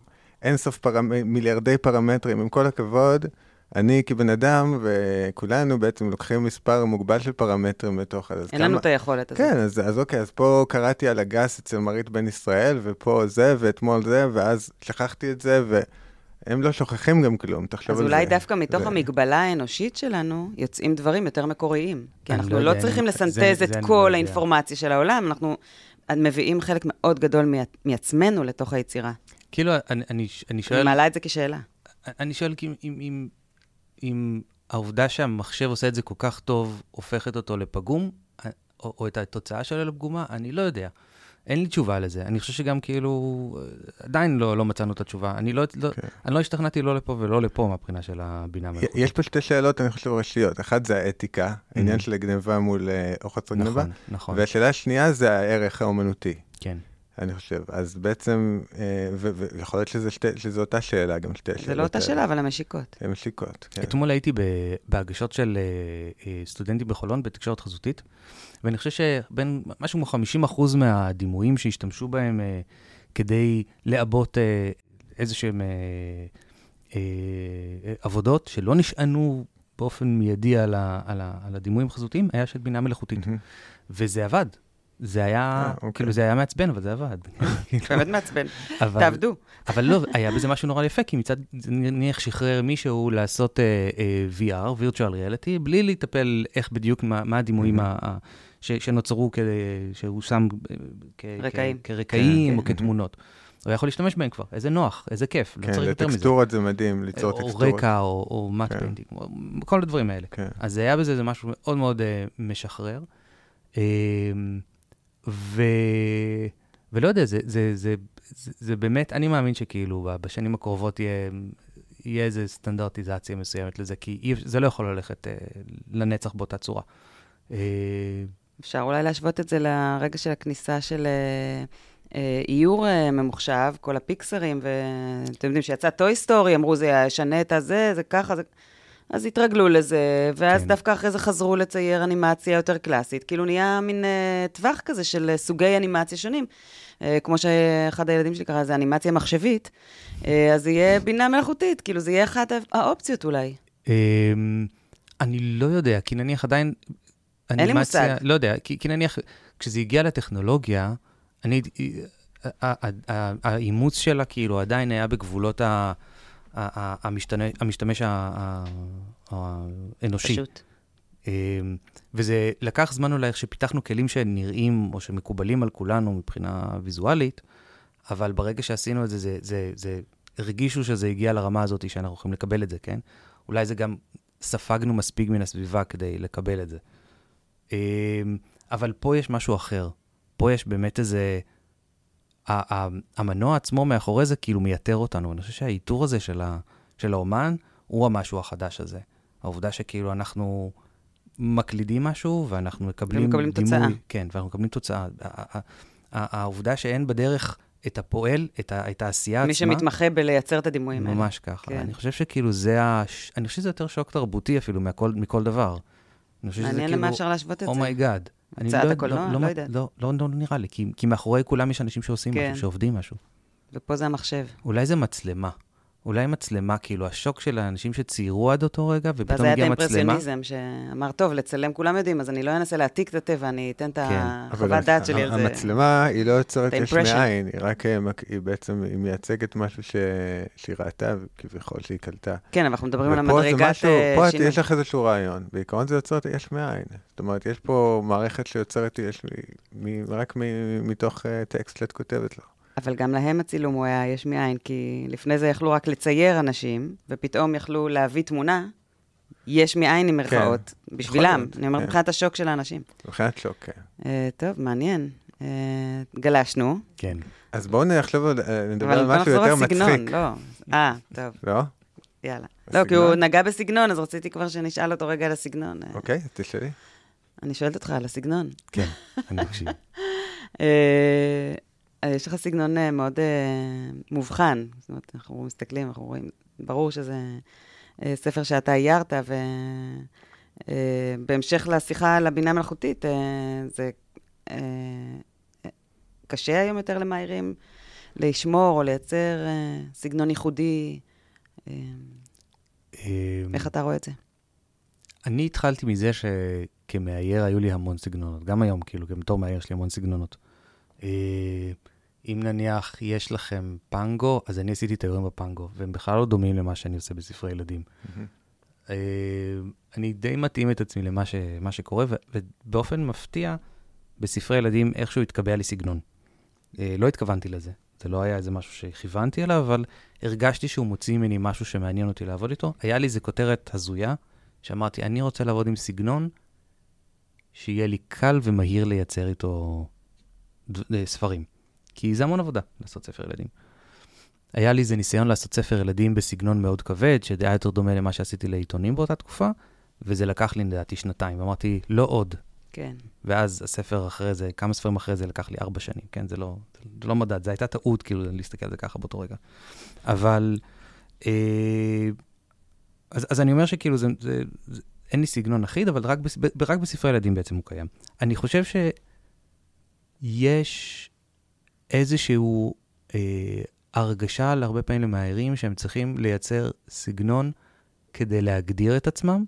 אינסוף מיליארדי פרמטרים, עם כל הכבוד, אני כבן אדם וכולנו בעצם לוקחים מספר מוגבל של פרמטרים לתוך הזה. אין לנו את היכולת הזאת. כן, אז אוקיי, אז פה קראתי על הגס אצל מרית בן ישראל, ופה זה, ואתמול זה, ואז שכחתי את זה, והם לא שוכחים גם כלום, תחשוב על זה. אז אולי דווקא מתוך המגבלה האנושית שלנו, יוצאים דברים יותר מקוריים. כי אנחנו לא צריכים לסנטז את כל האינפורמציה של העולם, אנחנו מביאים חלק מאוד גדול מעצמנו לתוך היצירה. כאילו, אני שואל... אני מעלה את זה כשאלה. אני שואל אם העובדה שהמחשב עושה את זה כל כך טוב, הופכת אותו לפגום, או את התוצאה שלו לפגומה, אני לא יודע. אין לי תשובה לזה. אני חושב שגם כאילו, עדיין לא מצאנו את התשובה. אני לא השתכנעתי לא לפה ולא לפה מהבחינה של הבינה מלאכותית. יש פה שתי שאלות, אני חושב, ראשיות. אחת זה האתיקה, העניין של גנבה מול או חוסר גנבה. נכון. והשאלה השנייה זה הערך האומנותי. כן. אני חושב. אז בעצם, ויכול להיות שזו אותה שאלה, גם שתי שאלות. זה לא אותה שאלה, אבל המשיקות. הן משיקות, כן. אתמול הייתי בהגשות של סטודנטים בחולון בתקשורת חזותית, ואני חושב שבין משהו כמו 50% מהדימויים שהשתמשו בהם כדי לעבות איזשהם עבודות שלא נשענו באופן מיידי על הדימויים החזותיים, היה של בינה מלאכותית. וזה עבד. זה היה, כאילו זה היה מעצבן, אבל זה עבד. באמת מעצבן. תעבדו. אבל לא, היה בזה משהו נורא יפה, כי מצד, נניח שחרר מישהו לעשות VR, virtual reality, בלי להטפל איך בדיוק, מה הדימויים שנוצרו שהוא שם כרקעים או כתמונות. הוא יכול להשתמש בהם כבר, איזה נוח, איזה כיף, לא צריך יותר מזה. טקסטורות זה מדהים, ליצור טקסטורות. או רקע, או מאט פיינטינג, כל הדברים האלה. אז זה היה בזה, זה משהו מאוד מאוד משחרר. ולא יודע, זה באמת, אני מאמין שכאילו בשנים הקרובות יהיה איזו סטנדרטיזציה מסוימת לזה, כי זה לא יכול ללכת לנצח באותה צורה. אפשר אולי להשוות את זה לרגע של הכניסה של איור ממוחשב, כל הפיקסרים, ואתם יודעים שיצא טוי סטורי, אמרו זה ישנה את הזה, זה ככה, אז התרגלו לזה, ואז דווקא אחרי זה חזרו לצייר אנימציה יותר קלאסית, כאילו נהיה מין טווח כזה של סוגי אנימציה שונים, כמו שאחד הילדים שלי קרא, זה אנימציה מחשבית, אז יהיה בינה מלאכותית, כאילו זה יהיה אחת האופציות אולי. אני לא יודע, כי נניח עדיין, אין לי מושג. לא יודע, כי נניח, כשזה הגיע לטכנולוגיה, האימוץ שלה כאילו עדיין היה בגבולות המשתמש האנושי. פשוט. וזה לקח זמן אולי איך שפיתחנו כלים שנראים או שמקובלים על כולנו מבחינה ויזואלית, אבל ברגע שעשינו את זה, זה הרגישו שזה הגיע לרמה הזאת שאנחנו יכולים לקבל את זה, כן? אולי זה גם ספגנו מספיק מן הסביבה כדי לקבל את זה. אבל פה יש משהו אחר. פה יש באמת איזה... המנוע עצמו מאחורי זה כאילו מייתר אותנו. אני חושב שהאיתור הזה של האומן הוא המשהו החדש הזה. העובדה שכאילו אנחנו מקלידים משהו ואנחנו מקבלים דימוי. תוצאה. כן, ואנחנו מקבלים תוצאה. העובדה שאין בדרך את הפועל, את העשייה עצמה. מי שמתמחה בלייצר את הדימויים האלה. ממש ככה. כן. אני חושב שכאילו אני חושב שזה יותר שוק תרבותי אפילו מכל דבר. מעניין למה אפשר להשוות את זה. אומייגאד. הוצאת הקולנוע? לא יודעת. לא נראה לי, כי מאחורי כולם יש אנשים שעושים משהו, שעובדים משהו. ופה זה המחשב. אולי זה מצלמה. אולי מצלמה, כאילו השוק של האנשים שציירו עד אותו רגע, ופתאום הגיע מצלמה. וזה היה את האימפרסיוניזם שאמר, טוב, לצלם כולם יודעים, אז אני לא אנסה להעתיק את הטבע, אני אתן את החוות דעת שלי על זה. המצלמה היא לא יוצרת יש מאין, היא בעצם, היא מייצגת משהו שהיא ראתה, וכביכול שהיא קלטה. כן, אבל אנחנו מדברים על המדרגת שינוי. פה יש לך איזשהו רעיון, בעיקרון זה יוצרת יש מאין. זאת אומרת, יש פה מערכת שיוצרת רק מתוך טקסט שאת כותבת לך. אבל גם להם הצילום הוא היה יש מאין, כי לפני זה יכלו רק לצייר אנשים, ופתאום יכלו להביא תמונה, יש מאין עם מרכאות, בשבילם. אני אומרת, מבחינת השוק של האנשים. מבחינת שוק, כן. טוב, מעניין. גלשנו. כן. אז בואו נחשוב, נדבר על משהו יותר מצחיק. לא. טוב. לא? יאללה. לא, כי הוא נגע בסגנון, אז רציתי כבר שנשאל אותו רגע על הסגנון. אוקיי, תשאלי. אני שואלת אותך על הסגנון. כן, אני מקשיב. יש לך סגנון מאוד מובחן, זאת אומרת, אנחנו מסתכלים, אנחנו רואים, ברור שזה ספר שאתה איירת, ובהמשך לשיחה על הבינה מלאכותית, זה קשה היום יותר למאיירים לשמור או לייצר סגנון ייחודי? איך אתה רואה את זה? אני התחלתי מזה שכמאייר היו לי המון סגנונות. גם היום, כאילו, גם בתור מאייר יש לי המון סגנונות. אם נניח יש לכם פנגו, אז אני עשיתי את האיורים בפנגו, והם בכלל לא דומים למה שאני עושה בספרי ילדים. אני די מתאים את עצמי למה שקורה, ובאופן מפתיע, בספרי ילדים איכשהו התקבע לי סגנון. לא התכוונתי לזה. זה לא היה איזה משהו שכיוונתי אליו, אבל הרגשתי שהוא מוציא ממני משהו שמעניין אותי לעבוד איתו. היה לי איזה כותרת הזויה, שאמרתי, אני רוצה לעבוד עם סגנון, שיהיה לי קל ומהיר לייצר איתו ספרים. כי זה המון עבודה לעשות ספר ילדים. היה לי איזה ניסיון לעשות ספר ילדים בסגנון מאוד כבד, שזה היה יותר דומה למה שעשיתי לעיתונים באותה תקופה, וזה לקח לי, לדעתי, 2 ואמרתי, לא עוד. כן. ואז הספר אחרי זה, כמה ספרים אחרי זה לקח לי 4 שנים, כן? זה לא מדד, זה הייתה טעות, כאילו, להסתכל על זה ככה באותו רגע. אבל, אז אני אומר שכאילו, אין לי סגנון אחיד, אבל רק בספרי ילדים בעצם הוא קיים. אני חושב שיש איזשהו הרגשה להרבה פעמים למאיירים שהם צריכים לייצר סגנון כדי להגדיר את עצמם.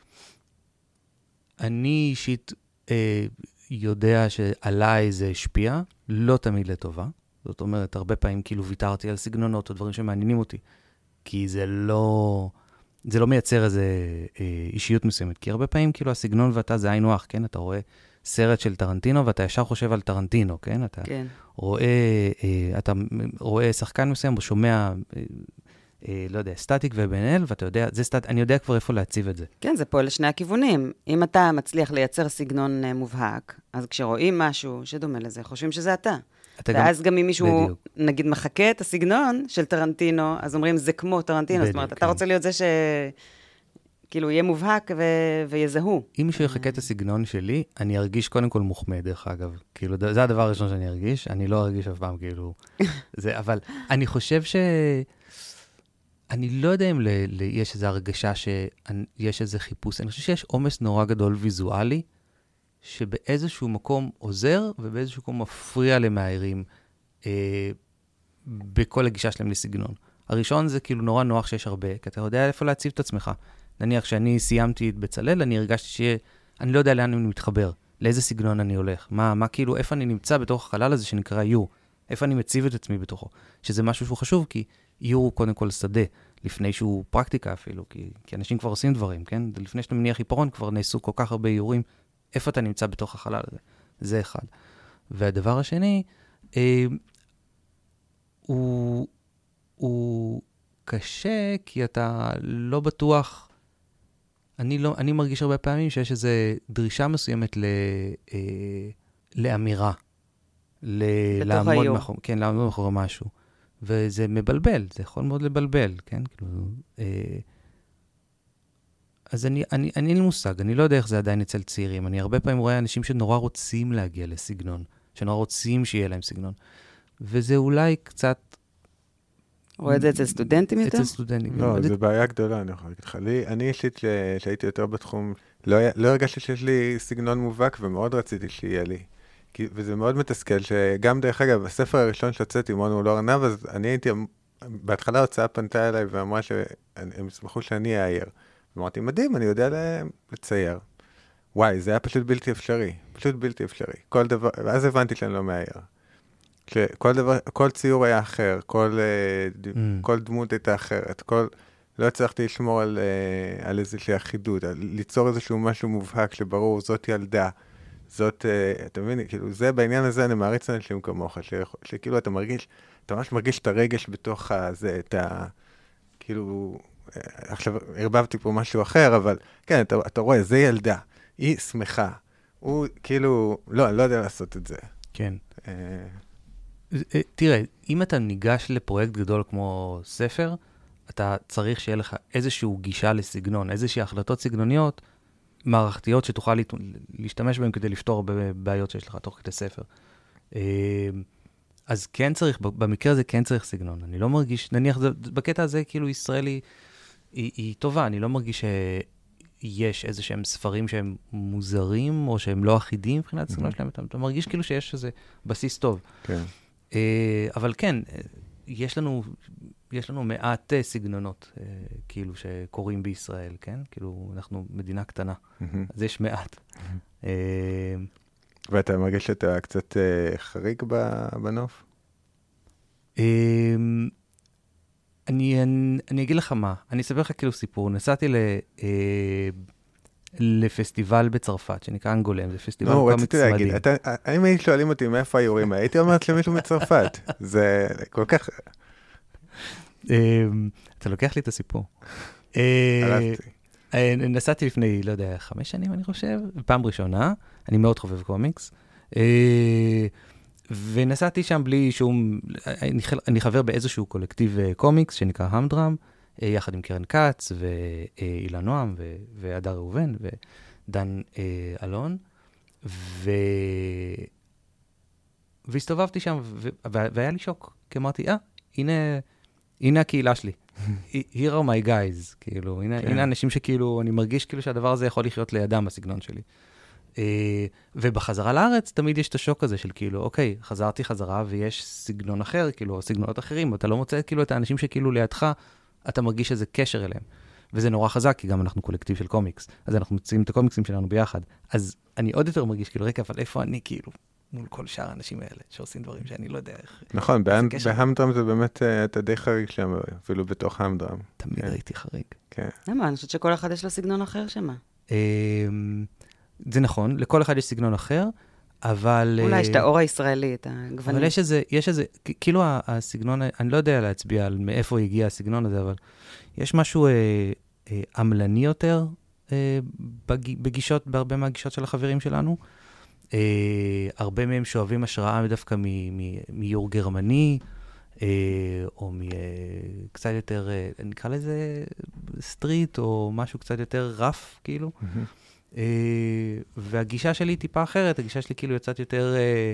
אני אישית יודע שעליי זה השפיע, לא תמיד לטובה. זאת אומרת, הרבה פעמים כאילו ויתרתי על סגנונות או דברים שמעניינים אותי, כי זה לא מייצר איזה אישיות מסוימת. כי הרבה פעמים כאילו הסגנון ואתה זה היינו הך, כן? אתה רואה סרט של טרנטינו ואתה ישר חושב על טרנטינו, כן? אתה רואה שחקן מסוים או שומע, לא יודע, סטטיק ובן-אל, ואתה יודע, אני יודע כבר איפה להציב את זה. כן, זה פועל לשני הכיוונים. אם אתה מצליח לייצר סגנון מובהק, אז כשרואים משהו שדומה לזה, חושבים שזה אתה. ואז גם אם מישהו, נגיד, מחכה את הסגנון של טרנטינו, אז אומרים, זה כמו טרנטינו. זאת אומרת, אתה רוצה להיות זה כאילו יהיה מובהק ויזהו. אם מישהו יחכה את הסגנון שלי, אני ארגיש קודם כל מוחמד, דרך אגב. כאילו, זה הדבר הראשון שאני ארגיש. אני לא ארגיש אף פעם, כאילו, זה, אבל אני חושב אני לא יודע אם יש איזו הרגשה שיש איזה חיפוש. אני חושב שיש עומס נורא גדול ויזואלי, שבאיזשהו מקום עוזר, ובאיזשהו מקום מפריע למאיירים בכל הגישה שלהם לסגנון. הראשון זה כאילו נורא נוח שיש הרבה, כי אתה יודע איפה להציב את עצמך. נניח שאני סיימתי את בצלאל, אני הרגשתי אני לא יודע לאן אני מתחבר, לאיזה סגנון אני הולך, מה כאילו, איפה אני נמצא בתוך החלל הזה שנקרא יור, איפה אני מציב את עצמי בתוכו, שזה משהו שהוא חשוב, כי יור הוא קודם כל שדה, לפני שהוא פרקטיקה אפילו, כי אנשים כבר עושים דברים, כן? לפני שאתה מניח עיפרון, כבר נעשו כל כך הרבה יורים, איפה אתה נמצא בתוך החלל הזה? זה אחד. והדבר השני, הוא קשה, כי אתה לא בטוח, אני מרגיש הרבה פעמים שיש איזו דרישה מסוימת לאמירה. בתוך היור. כן, לעמוד מאחורי משהו. וזה מבלבל, זה יכול מאוד לבלבל, כן? אז אני אין לי מושג, אני לא יודע איך זה עדיין אצל צעירים. אני הרבה פעמים רואה אנשים שנורא רוצים להגיע לסגנון, שנורא רוצים שיהיה להם סגנון. וזה אולי קצת... רואה את זה אצל סטודנטים יותר? אצל סטודנטים. לא, זו בעיה גדולה, אני יכול להגיד לך. אני אישית שהייתי יותר בתחום, לא הרגשתי שיש לי סגנון מובהק, ומאוד רציתי שיהיה לי. וזה מאוד מתסכל, שגם דרך אגב, הספר הראשון שהוצאתי, מונו לא ארנב, אז אני הייתי, בהתחלה ההוצאה פנתה אליי ואמרה שהם ישמחו שאני אאייר. אמרתי, מדהים, אני יודע לצייר. וואי, זה היה פשוט בלתי אפשרי. פשוט בלתי אפשרי. כל דבר, ואז הבנתי שאני לא מאייר. כל ציור היה אחר, כל דמות הייתה אחרת, לא הצלחתי לשמור על איזושהי אחידות, ליצור איזשהו משהו מובהק שברור, זאת ילדה, זאת, אתה מבין, כאילו, זה בעניין הזה אני מעריץ אנשים כמוך, שכאילו אתה ממש מרגיש את הרגש בתוך הזה, כאילו, עכשיו הרבבתי פה משהו אחר, אבל כן, אתה רואה, זה ילדה, היא שמחה, הוא כאילו, לא, אני לא יודע לעשות את זה. כן. תראה, אם אתה ניגש לפרויקט גדול כמו ספר, אתה צריך שיהיה לך איזשהו גישה לסגנון, איזושהי החלטות סגנוניות, מערכתיות שתוכל להשתמש בהן כדי לפתור בעיות שיש לך תוך כדי ספר. אז כן צריך, במקרה הזה כן צריך סגנון. אני לא מרגיש, נניח, בקטע הזה כאילו ישראלי היא טובה, אני לא מרגיש שיש איזה שהם ספרים שהם מוזרים, או שהם לא אחידים מבחינת סגנון שלהם, אתה מרגיש כאילו שיש איזה בסיס טוב. כן. אבל כן, יש לנו מעט סגנונות, כאילו, שקורים בישראל, כן? כאילו, אנחנו מדינה קטנה, אז יש מעט. ואתה מרגיש שאתה קצת חריג בנוף? אני אגיד לך מה, אני אספר לך כאילו סיפור, נסעתי לפסטיבל בצרפת, שנקרא אנגולם, זה פסטיבל קומיקס מדהים. רציתי להגיד, אם הייתי שואלים אותי מאיפה האיורים, הייתי אומרת למישהו מצרפת. זה כל כך... אתה לוקח לי את הסיפור. הרסתי. נסעתי לפני, לא יודע, 5 שנים אני חושב, פעם ראשונה, אני מאוד חובב קומיקס, ונסעתי שם בלי שום, אני חבר באיזשהו קולקטיב קומיקס שנקרא המדרם, יחד עם קרן קץ ואילן נועם והדר ראובן ודן אלון, והסתובבתי שם והיה לי שוק, כי אמרתי, הנה הקהילה שלי, here are my guys, כאילו, הנה אנשים שכאילו, אני מרגיש כאילו שהדבר הזה יכול לחיות לידם בסגנון שלי. ובחזרה לארץ תמיד יש את השוק הזה של כאילו, אוקיי, חזרתי חזרה ויש סגנון אחר, כאילו, סגנונות אחרים, אתה לא מוצא כאילו את האנשים שכאילו לידך, אתה מרגיש איזה קשר אליהם. וזה נורא חזק, כי גם אנחנו קולקטיב של קומיקס, אז אנחנו מציעים את הקומיקסים שלנו ביחד. אז אני עוד יותר מרגיש כאילו, רגע, אבל איפה אני כאילו, מול כל שאר האנשים האלה, שעושים דברים שאני לא יודע איך. נכון, בהמדרם זה באמת, אתה די חריג שם, אפילו בתוך המדרם. תמיד הייתי חריג. כן. למה? אני חושבת שכל אחד יש לו סגנון אחר שמה. זה נכון, לכל אחד יש סגנון אחר, אבל... אולי יש את האור הישראלי, את הגוונים. אבל יש איזה, כאילו הסגנון, אני לא יודע להצביע על מאיפה הגיע הסגנון הזה, אבל יש משהו עמלני יותר בגישות, בהרבה מהגישות של החברים שלנו. הרבה מהם שואבים השראה דווקא מיור גרמני, או קצת יותר, נקרא לזה סטריט, או משהו קצת יותר רף, כאילו. והגישה שלי היא טיפה אחרת, הגישה שלי כאילו יצאת יותר,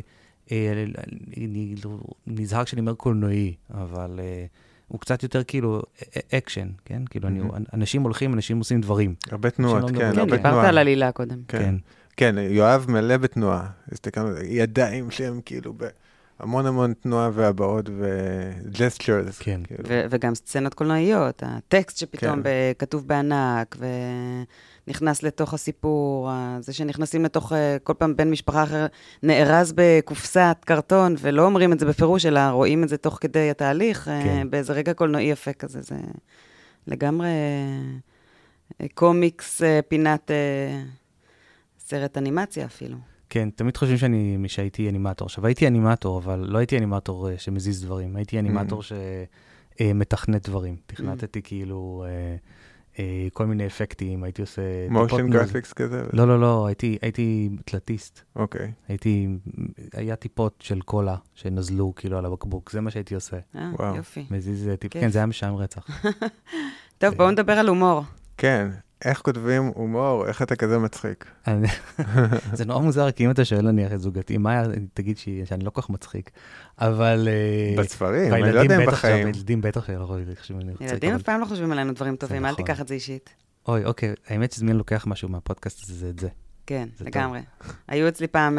נזהר כשאני אומר קולנועי, אבל הוא קצת יותר כאילו אקשן, כן? כאילו אנשים הולכים, אנשים עושים דברים. הרבה תנועות, כן, הרבה תנועה. דיברת על עלילה קודם. כן. כן, יואב מלא בתנועה. ידיים שהם כאילו המון המון תנועה והבעות וג'סטרס. כן. וגם סצנות קולנועיות, הטקסט שפתאום כתוב בענק, ונכנס לתוך הסיפור, זה שנכנסים לתוך, כל פעם בן משפחה אחר, נארז בקופסת קרטון, ולא אומרים את זה בפירוש, אלא רואים את זה תוך כדי התהליך, באיזה רגע קולנועי יפה כזה, זה לגמרי קומיקס, פינת סרט אנימציה אפילו. כן, תמיד חושבים שהייתי אנימטור. עכשיו, הייתי אנימטור, אבל לא הייתי אנימטור שמזיז דברים. הייתי אנימטור שמתכנת דברים. תכנתתי כאילו כל מיני אפקטים, הייתי עושה... מושן גרפיקס כזה? לא, הייתי תלתיסט. אוקיי. היה טיפות של קולה שנזלו כאילו על הבקבוק, זה מה שהייתי עושה. יופי. מזיז טיפ, כן, זה היה משעם רצח. טוב, בואו נדבר על הומור. כן. איך כותבים הומור? איך אתה כזה מצחיק? זה נורא מוזר, כי אם אתה שואל נניח את זוגתי, מה תגיד שאני לא כל כך מצחיק, אבל... בספרים, אני לא יודע אם בחיים. ילדים בטח שלא יכולים לחשוב אני מצחיק. ילדים אף פעם לא חושבים עלינו דברים טובים, אל תיקח את זה אישית. אוי, אוקיי, האמת שזמין לוקח משהו מהפודקאסט הזה, זה את זה. כן, לגמרי. היו אצלי פעם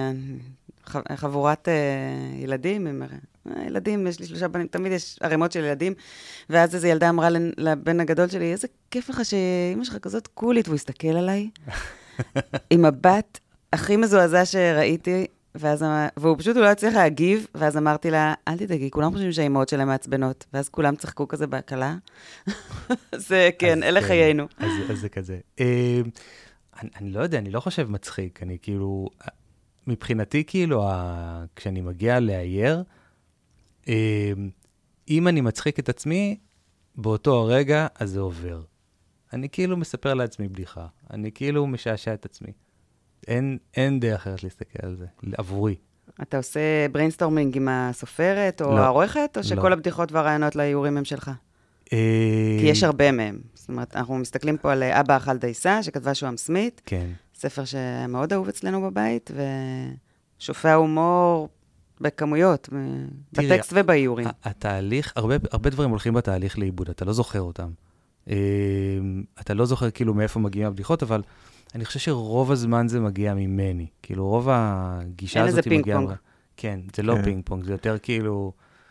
חבורת ילדים, ילדים, יש לי 3 בנים, תמיד יש ערימות של ילדים, ואז איזו ילדה אמרה לבן הגדול שלי, איזה כיף לך שאמא שלך כזאת קולית, והוא הסתכל עליי, עם הבת הכי מזועזע שראיתי, והוא פשוט לא הצליח להגיב, ואז אמרתי לה, אל תדאגי, כולם חושבים שהאימהות שלהם מעצבנות, ואז כולם צחקו כזה בהקלה. זה כן, אלה חיינו. אז זה כזה. אני לא יודע, אני לא חושב מצחיק, אני כאילו, מבחינתי כאילו, כשאני מגיע לאייר, אם אני מצחיק את עצמי, באותו הרגע, אז זה עובר. אני כאילו מספר לעצמי בדיחה. אני כאילו משעשע את עצמי. אין דרך אחרת להסתכל על זה, עבורי. אתה עושה בריינסטורמינג עם הסופרת או העורכת, או שכל הבדיחות והרעיונות לאיורים הם שלך? כי יש הרבה מהם. זאת אומרת, אנחנו מסתכלים פה על אבא אכל דייסה, שכתבה שוהם סמית. כן. ספר שמאוד אהוב אצלנו בבית, ושופע הומור בכמויות, בטקסט ובאיורים. התהליך, הרבה דברים הולכים בתהליך לאיבוד, אתה לא זוכר אותם. אתה לא זוכר כאילו מאיפה מגיעים הבדיחות, אבל אני חושב שרוב הזמן זה מגיע ממני. כאילו רוב הגישה הזאת אין איזה פינג פונג. כן, זה לא כן. פינג פונג, זה יותר כאילו,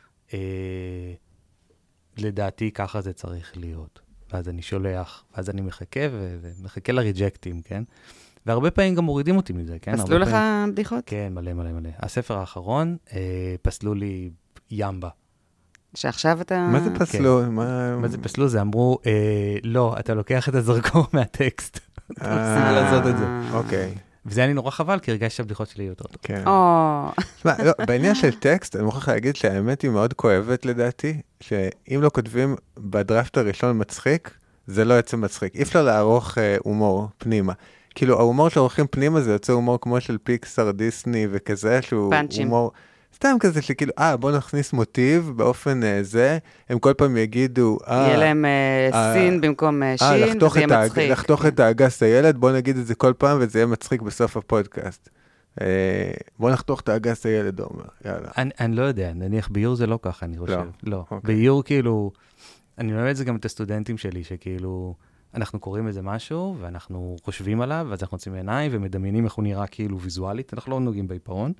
לדעתי ככה זה צריך להיות. ואז אני שולח, ואז אני מחכה, ומחכה לריג'קטים, כן? והרבה פעמים גם מורידים אותי מזה, כן? פסלו לך בדיחות? כן, מלא, מלא, מלא. הספר האחרון, פסלו לי ימבה. שעכשיו אתה... מה זה פסלו? מה זה פסלו? זה אמרו, לא, אתה לוקח את הזרקור מהטקסט. אתה מפסיק לעשות את זה. אוקיי. וזה היה לי נורא חבל, כי הרגשתי שהבדיחות שלי יותר טוב. כן. או... תשמע, לא, בעניין של טקסט, אני מוכרח להגיד שהאמת היא מאוד כואבת לדעתי, שאם לא כותבים בדראפט הראשון מצחיק, זה לא יוצא מצחיק. אי אפשר לערוך הומור פנימה. כאילו, ההומור שעורכים פנימה זה יוצא הומור כמו של פיקסאר, דיסני וכזה, שהוא פאנצ'ים. הומור... סתם כזה שכאילו, בוא נכניס מוטיב באופן זה, הם כל פעם יגידו, יהיה להם סין במקום שין, וזה יהיה מצחיק. לחתוך את האגס הילד, בוא נגיד את זה כל פעם, וזה יהיה מצחיק בסוף הפודקאסט. בוא נחתוך את האגס הילד, אומר, יאללה. אני לא יודע, נניח באיור זה לא ככה, אני חושב. לא. אוקיי. באיור כאילו, אני מלמד את זה גם את הסטודנטים שלי, שכאילו, אנחנו קוראים איזה משהו, ואנחנו חושבים עליו, ואז אנחנו עושים עיניים, ומדמיינים איך הוא נראה כאילו ויזואלית, אנחנו לא נוגעים בעיפרון,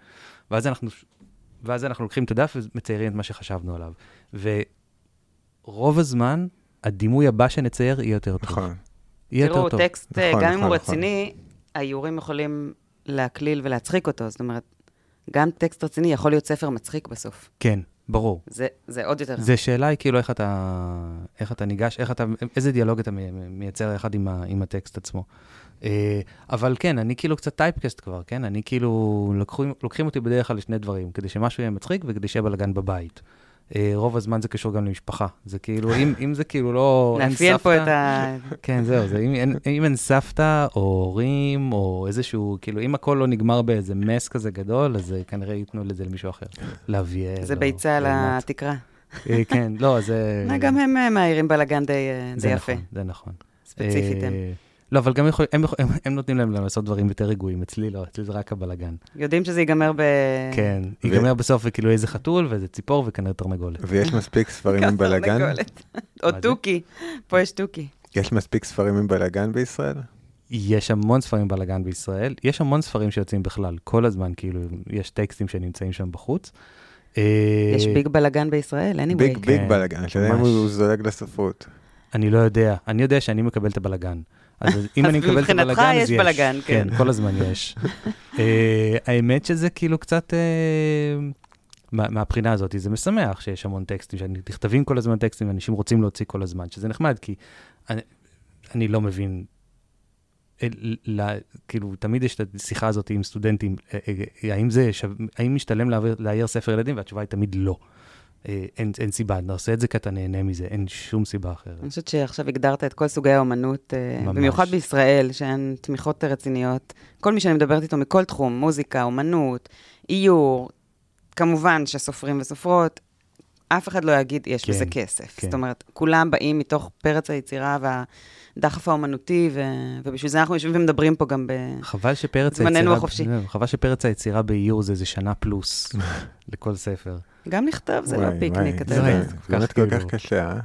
ואז אנחנו לוקחים את הדף ומציירים את מה שחשבנו עליו. ורוב הזמן, הדימוי הבא שנצייר יהיה יותר טוב. נכון. יהיה יותר תראו, טוב. טקסט, גם אם הוא רציני, האיורים יכולים להקליל ולהצחיק אותו. זאת אומרת, גם טקסט רציני יכול להיות ספר מצחיק בסוף. כן, ברור. זה עוד יותר. זה שאלה היא כאילו איך אתה ניגש, איזה דיאלוג אתה מייצר אחד עם הטקסט עצמו. אבל כן, אני כאילו קצת טייפקסט כבר, כן? אני כאילו, לוקחים אותי בדרך כלל לשני דברים, כדי שמשהו יהיה מצחיק וכדי שיהיה בלגן בבית. רוב הזמן זה קשור גם למשפחה. זה כאילו, אם זה כאילו לא... נאפיין פה את כן, זהו, זה אם אין סבתא או הורים או איזשהו, כאילו, אם הכל לא נגמר באיזה מס כזה גדול, אז כנראה ייתנו לזה למישהו אחר. להביא... זה ביצה על התקרה. כן, לא, זה... גם הם מהירים בלגן די יפה. זה נכון. ספציפית הם. לא, אבל גם הם נותנים להם לעשות דברים יותר רגועים. אצלי לא, אצלי זה רק הבלגן. יודעים שזה ייגמר כן, ייגמר בסוף וכאילו איזה חתול ואיזה ציפור וכנראה תרנגולת. ויש מספיק ספרים עם בלגן? או טוקי. פה יש טוקי. יש מספיק ספרים עם בלגן בישראל? יש המון ספרים בלגן בישראל. יש המון ספרים שיוצאים בכלל. כל הזמן, כאילו, יש טקסטים שנמצאים שם בחוץ. יש ביג בלגן בישראל, anyway. ביג בלגן, שאלה אם הוא זולג לספרות. אני לא יודע. אני יודע שאני מקבל את הבלגן. אז אם אני מקבל את הבלגן, מבחינתך יש בלגן, כן. כן, כל הזמן יש. האמת שזה כאילו קצת, מהבחינה הזאת, זה משמח שיש המון טקסטים, שנכתבים כל הזמן טקסטים, ואנשים רוצים להוציא כל הזמן, שזה נחמד, כי אני לא מבין, כאילו, תמיד יש את השיחה הזאת עם סטודנטים, האם משתלם להעיר ספר ילדים, והתשובה היא תמיד לא. אין סיבה, נעשה את זה כי אתה נהנה מזה, אין שום סיבה אחרת. אני חושבת שעכשיו הגדרת את כל סוגי האומנות, במיוחד בישראל, שהן תמיכות רציניות. כל מי שאני מדברת איתו מכל תחום, מוזיקה, אומנות, איור, כמובן שסופרים וסופרות, אף אחד לא יגיד, יש בזה כסף. זאת אומרת, כולם באים מתוך פרץ היצירה והדחף האומנותי, ובשביל זה אנחנו יושבים ומדברים פה גם בזמננו החופשי. חבל שפרץ היצירה באיור זה שנה פלוס לכל ספר. גם לכתוב זה לא פיקניק, אתה יודע. זה באמת כל כך קשה,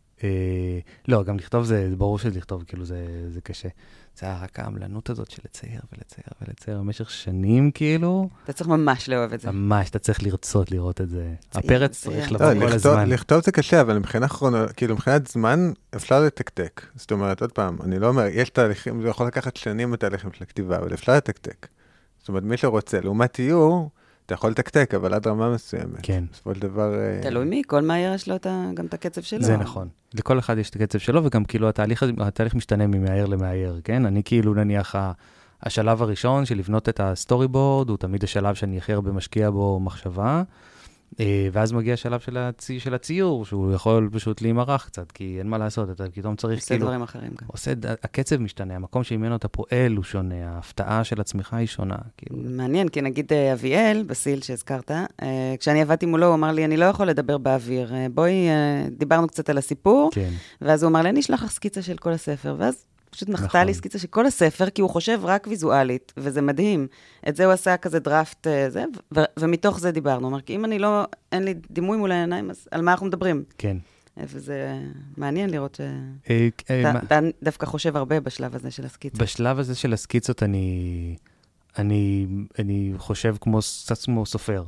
לא, גם לכתוב זה ברור שלכתוב, כאילו זה קשה. זה היה רק העמלנות הזאת של לצייר ולצייר ולצייר במשך שנים, כאילו. אתה צריך ממש לאהוב את זה. ממש, אתה צריך לרצות לראות את זה. הפרץ צריך לבוא כל הזמן. לכתוב זה קשה, אבל מבחינת זמן אפשר לתקתק. זאת אומרת, עוד פעם, אני לא אומר, יש תהליכים, זה יכול לקחת שנים בתהליכים של הכתיבה, אבל אפשר לתקתק. זאת אומרת, מי שרוצה, לעומת איור, אתה יכול לתקתק, אבל עד רמה מסוימת. כן. בסופו של דבר... תלוי מי, כל מאייר יש לו גם את הקצב שלו. זה נכון. לכל אחד יש את הקצב שלו, וגם כאילו התהליך משתנה ממאייר למאייר, כן? אני כאילו נניח השלב הראשון של לבנות את הסטורי בורד, הוא תמיד השלב שאני הכי הרבה משקיע בו מחשבה, ואז מגיע השלב של הציור, שהוא יכול פשוט להימרח קצת, כי אין מה לעשות, אתה פתאום צריך כאילו... עושה דברים אחרים גם. הקצב משתנה, המקום שממנו אתה פועל הוא שונה, ההפתעה של עצמך היא שונה. מעניין, כי נגיד אביאל, בסיל שהזכרת, כשאני עבדתי מולו, הוא אמר לי, אני לא יכול לדבר באוויר, בואי, דיברנו קצת על הסיפור, ואז הוא אמר לי, אני אשלח לך סקיצה של כל הספר, ואז פשוט נחתה לי סקיצה של כל הספר, כי הוא חושב רק ויזואלית, וזה מדהים. את זה הוא עשה כזה דראפט, ומתוך זה דיברנו. הוא אומר, כי אם אין לי דימוי מול העיניים, אז על מה אנחנו מדברים? כן. וזה מעניין לראות שאתה דווקא חושב הרבה בשלב הזה של הסקיצות. בשלב הזה של הסקיצות אני חושב קצת כמו סופר.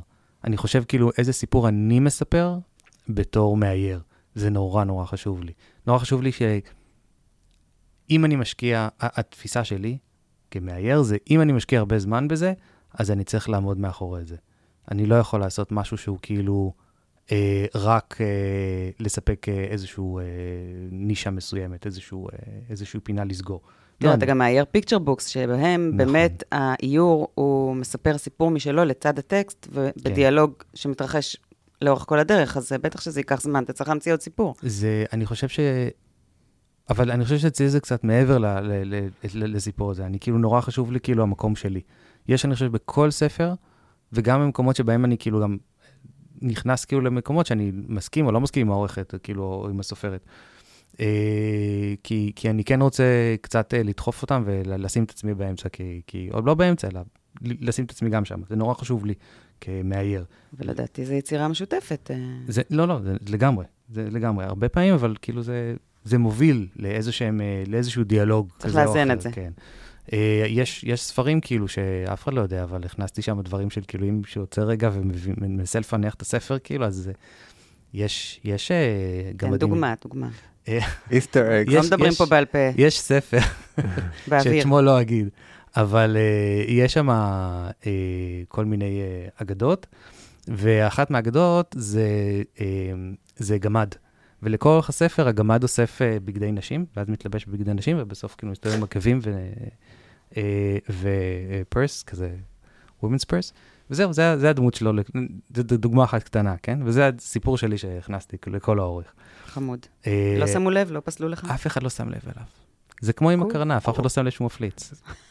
אני חושב כאילו איזה סיפור אני מספר בתור מאייר. זה נורא נורא חשוב לי. נורא חשוב לי שאם אני משקיע, התפיסה שלי כמאייר זה, אם אני משקיע הרבה זמן בזה, אז אני צריך לעמוד מאחורי זה. אני לא יכול לעשות משהו שהוא כאילו רק לספק איזשהו נישה מסוימת, איזשהו פינה לסגור. לא, אתה גם מאייר פיקצ'ר בוקס, שבהם באמת האיור הוא מספר סיפור משלו לצד הטקסט, ובדיאלוג שמתרחש לאורך כל הדרך, אז בטח שזה ייקח זמן, אתה צריך להמציא עוד סיפור. אני חושב אבל אני חושב שאצלי זה קצת מעבר לסיפור הזה. אני כאילו נורא חשוב לי כאילו המקום שלי. יש, אני חושב, בכל ספר, וגם במקומות שבהם אני כאילו גם נכנס כאילו למקומות שאני מסכים או לא מסכים עם העורכת, כאילו, או עם הסופרת. כי אני כן רוצה קצת לדחוף אותם ולשים את עצמי באמצע, או לא באמצע, אלא לשים את עצמי גם שם. זה נורא חשוב לי כמאייר. ולדעתי זה יצירה משותפת. לא, זה לגמרי. זה לגמרי. הרבה פעמים, אבל כאילו זה מוביל לאיזשהו דיאלוג. צריך לאזן את זה. כן. יש ספרים כאילו שאף אחד לא יודע, אבל הכנסתי שם דברים של כאילו, אם שעוצר רגע ומנסה לפנח את הספר, כאילו, אז יש גם... כן, דוגמה. איסטר אקס. לא מדברים פה בעל פה. יש ספר, שאת שמו לא אגיד, אבל יש שם כל מיני אגדות, ואחת מהאגדות זה גמד. ולכל אורך הספר, הגמד אוסף בגדי נשים, ואז מתלבש בבגדי נשים, ובסוף כאילו מסתובב עם עקבים ופרס, כזה, ווימנס פרס, וזהו, זה הדמות שלו, זו דוגמה אחת קטנה, כן? וזה הסיפור שלי שהכנסתי לכל האורך. חמוד. לא שמו לב, לא פסלו לך? אף אחד לא שם לב אליו. זה כמו עם הקרנף, אף אחד לא שם לב שהוא מפליץ.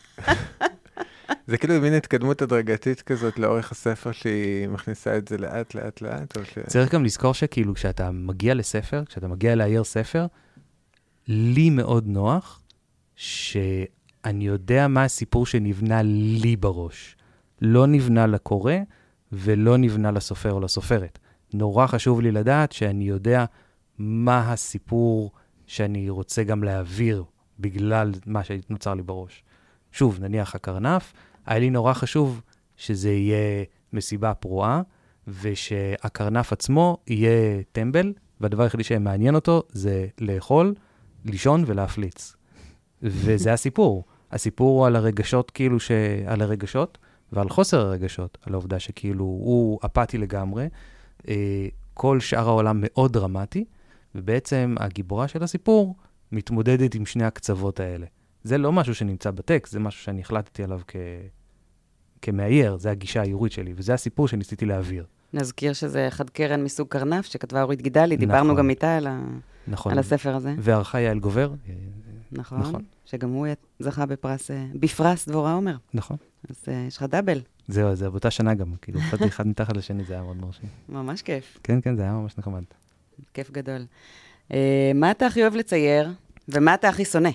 זה כאילו מין התקדמות הדרגתית כזאת לאורך הספר שהיא מכניסה את זה לאט. צריך גם לזכור שכאילו כשאתה מגיע לספר, כשאתה מגיע לאייר ספר, לי מאוד נוח שאני יודע מה הסיפור שנבנה לי בראש. לא נבנה לקורא ולא נבנה לסופר או לסופרת. נורא חשוב לי לדעת שאני יודע מה הסיפור שאני רוצה גם להעביר בגלל מה שנוצר לי בראש. שוב, נניח הקרנף, היה לי נורא חשוב שזה יהיה מסיבה פרועה, ושהקרנף עצמו יהיה טמבל, והדבר היחידי שמעניין אותו זה לאכול, לישון ולהפליץ. וזה הסיפור. הסיפור הוא על הרגשות, כאילו על הרגשות, ועל חוסר הרגשות, על העובדה שכאילו הוא אפאתי לגמרי, כל שאר העולם מאוד דרמטי, ובעצם הגיבורה של הסיפור מתמודדת עם שני הקצוות האלה. זה לא משהו שנמצא בטקסט, זה משהו שאני החלטתי עליו כמאייר, זה הגישה האיורית שלי, וזה הסיפור שניסיתי להעביר. נזכיר שזה חד קרן מסוג קרנף, שכתבה אורית גידלי, דיברנו גם איתה על הספר הזה. וערכה יעל גובר. נכון, שגם הוא זכה בפרס דבורה עומר. נכון. אז יש לך דאבל. זהו, זה באותה שנה גם, כאילו, אחד מתחת לשני, זה היה מאוד מרשים. ממש כיף. כן, זה היה ממש נחמד. כיף גדול. מה אתה הכי אוהב לצייר, ומה אתה הכי שונא?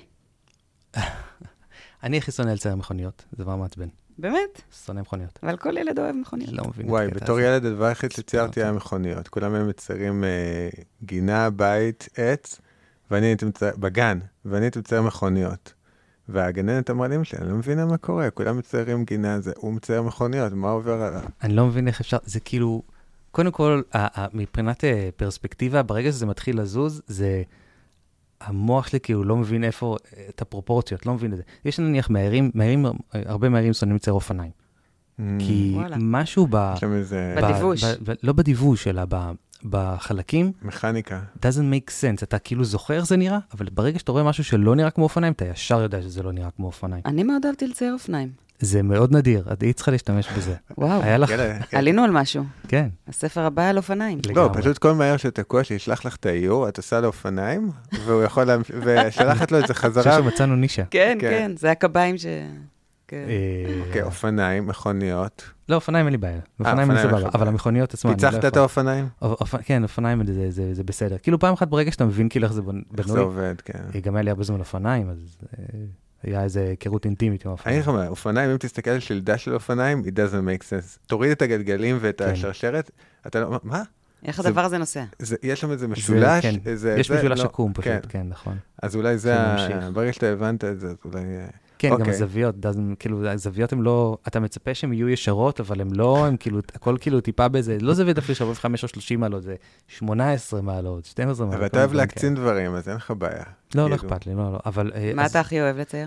אני הכי שונא לצייר מכוניות, זה דבר מעצבן. באמת? שונא מכוניות. אבל כל ילד אוהב מכוניות. לא מבין. וואי, בתור ילד הדבר היחיד שציירתי היה מכוניות. כולם הם מציירים גינה, בית, עץ, ואני הייתי מצייר, בגן, ואני הייתי מצייר מכוניות. והגננת אמרה לי, אני לא מבינה מה קורה, כולם מציירים גינה, הוא מצייר מכוניות, מה עובר עליו? אני לא מבין איך אפשר, זה כאילו, קודם כל, מבחינת פרספקטיבה, ברגע שזה מתחיל לזוז, זה המוח שלי כאילו לא מבין איפה, את הפרופורציות, לא מבין את זה. יש נניח הרבה מהירים שונאים לצייר אופניים. כי משהו בדיווש. לא בדיווש, אלא בחלקים. מכניקה. doesn't make sense. אתה כאילו זוכר איך זה נראה, אבל ברגע שאתה רואה משהו שלא נראה כמו אופניים, אתה ישר יודע שזה לא נראה כמו אופניים. אני מאוד אהבתי לצייר אופניים. זה מאוד נדיר, היא צריכה להשתמש בזה. וואו, עלינו על משהו. כן. הספר הבא על אופניים. לא, פשוט כל מהר שתקוע שישלח לך את האיור, את עושה לאופניים, והוא יכול ושלחת לו את זה חזרה. חושב שמצאנו נישה. כן, זה הקביים ש... אוקיי, אופניים, מכוניות. לא, אופניים אין לי בעיה. אופניים אין לי סבבה, אבל המכוניות עצמן... פיצחת את האופניים? כן, אופניים זה בסדר. כאילו פעם אחת ברגע שאתה מבין כאילו איך זה בנוי. איך זה עובד, כן. גם היה לי הרבה זמן אופניים, אז היה איזה היכרות אינטימית עם האופניים. אני חושב, אופניים, אם תסתכל על שלדה של אופניים, it doesn't make sense. תוריד את הגלגלים ואת השרשרת, אתה לא... מה? איך הדבר הזה נוסע? יש שם איזה משולש? יש משולש שקום פשוט, כן, נכון. אז אולי זה, ברגע שאתה הבנת את זה, אולי... כן, גם הזוויות, כאילו, הזוויות הן לא, אתה מצפה שהן יהיו ישרות, אבל הן לא, הן כאילו, הכל כאילו טיפה באיזה, לא זווית אפילו 45 או 30 מעלות, זה 18 מעלות, 12 מעלות. אבל אתה אוהב להקצין דברים, אז אין לך בעיה. לא אכפת לי, לא, אבל... מה אתה הכי אוהב לצייר?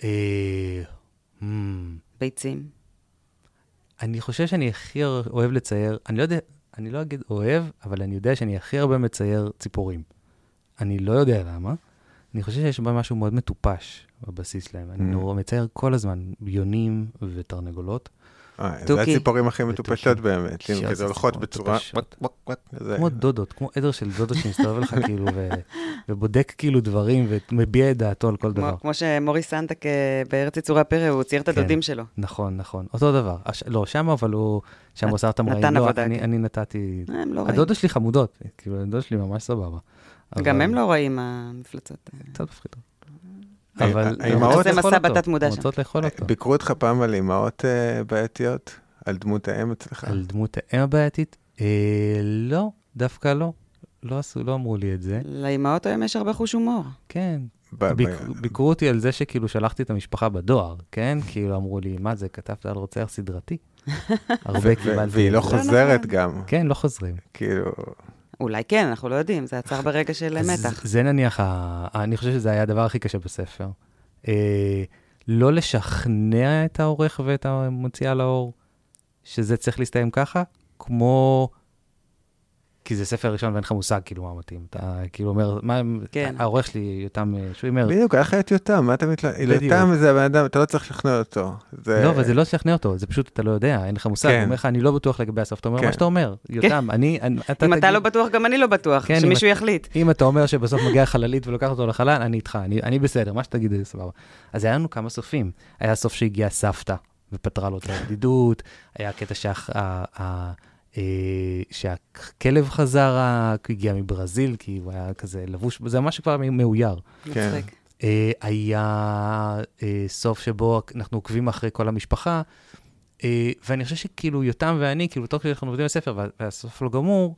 ביצים. אני חושב שאני הכי אוהב לצייר, אני לא אגיד אוהב, אבל אני יודע שאני הכי הרבה מצייר ציפורים. אני לא יודע למה. אני חושב שיש בה משהו מאוד מטופש בבסיס שלהם. אני מצייר כל הזמן יונים ותרנגולות. זה הציפורים הכי מטופשות באמת. כזה הולכות בצורה... כמו דודות, כמו עדר של דודות שמסתובב לך כאילו, ובודק כאילו דברים, ומביע את דעתו על כל דבר. כמו שמוריס סנטק בארץ יצורי הפרא, הוא צייר את הדודים שלו. נכון, נכון. אותו דבר. לא, שם אבל הוא... שם הוא עושה אותם רעים. נתן עבודה. אני נתתי... הם לא רעים. הדודות שלי חמודות. כאילו, הדודות שלי ממש סבבה. גם הם לא רעים, המפלצות. קצת מפחידות. אבל זה מסע בתת מודע שם. רוצות לאכול אותו. ביקרו אותך פעם על אמהות בעייתיות? על דמות האם אצלך? על דמות האם הבעייתית? לא, דווקא לא. לא אמרו לי את זה. לאמהות היום יש הרבה חוש הומור. כן. ביקרו אותי על זה שכאילו שלחתי את המשפחה בדואר, כן? כאילו אמרו לי, מה זה, כתבת על רוצח סדרתי? הרבה קיבלתי. והיא לא חוזרת גם. כן, לא חוזרים. כאילו... אולי כן, אנחנו לא יודעים, זה עצר ברגע של מתח. זה נניח, אני חושב שזה היה הדבר הכי קשה בספר. לא לשכנע את העורך ואת המוציאה לאור, שזה צריך להסתיים ככה, כמו... כי זה ספר ראשון ואין לך מושג, כאילו, מה מתאים. אתה כאילו אומר, העורך שלי, יותם שוימר. בדיוק, היה לך את יותם, מה אתה יותם זה הבן אדם, אתה לא צריך לשכנע אותו. לא, אבל זה לא לשכנע אותו, זה פשוט, אתה לא יודע, אין לך מושג. הוא אומר לך, אני לא בטוח לגבי הסוף. אתה אומר, מה שאתה אומר, יותם, אני... אם אתה לא בטוח, גם אני לא בטוח, שמישהו יחליט. אם אתה אומר שבסוף מגיע חללית ולוקח אותו לחלל, אני איתך, אני בסדר, מה שתגיד, זה סבבה. אז היה לנו כמה סופים. היה סוף שהגיעה סבתא ופתרה לו את הבדידות, היה קטע שהכלב חזר, הגיע מברזיל, כי הוא היה כזה לבוש, זה ממש כבר מאויר. היה סוף שבו אנחנו עוקבים אחרי כל המשפחה, ואני חושב שכאילו יותם ואני, כאילו תוך שאנחנו עובדים בספר, והסוף לא גמור,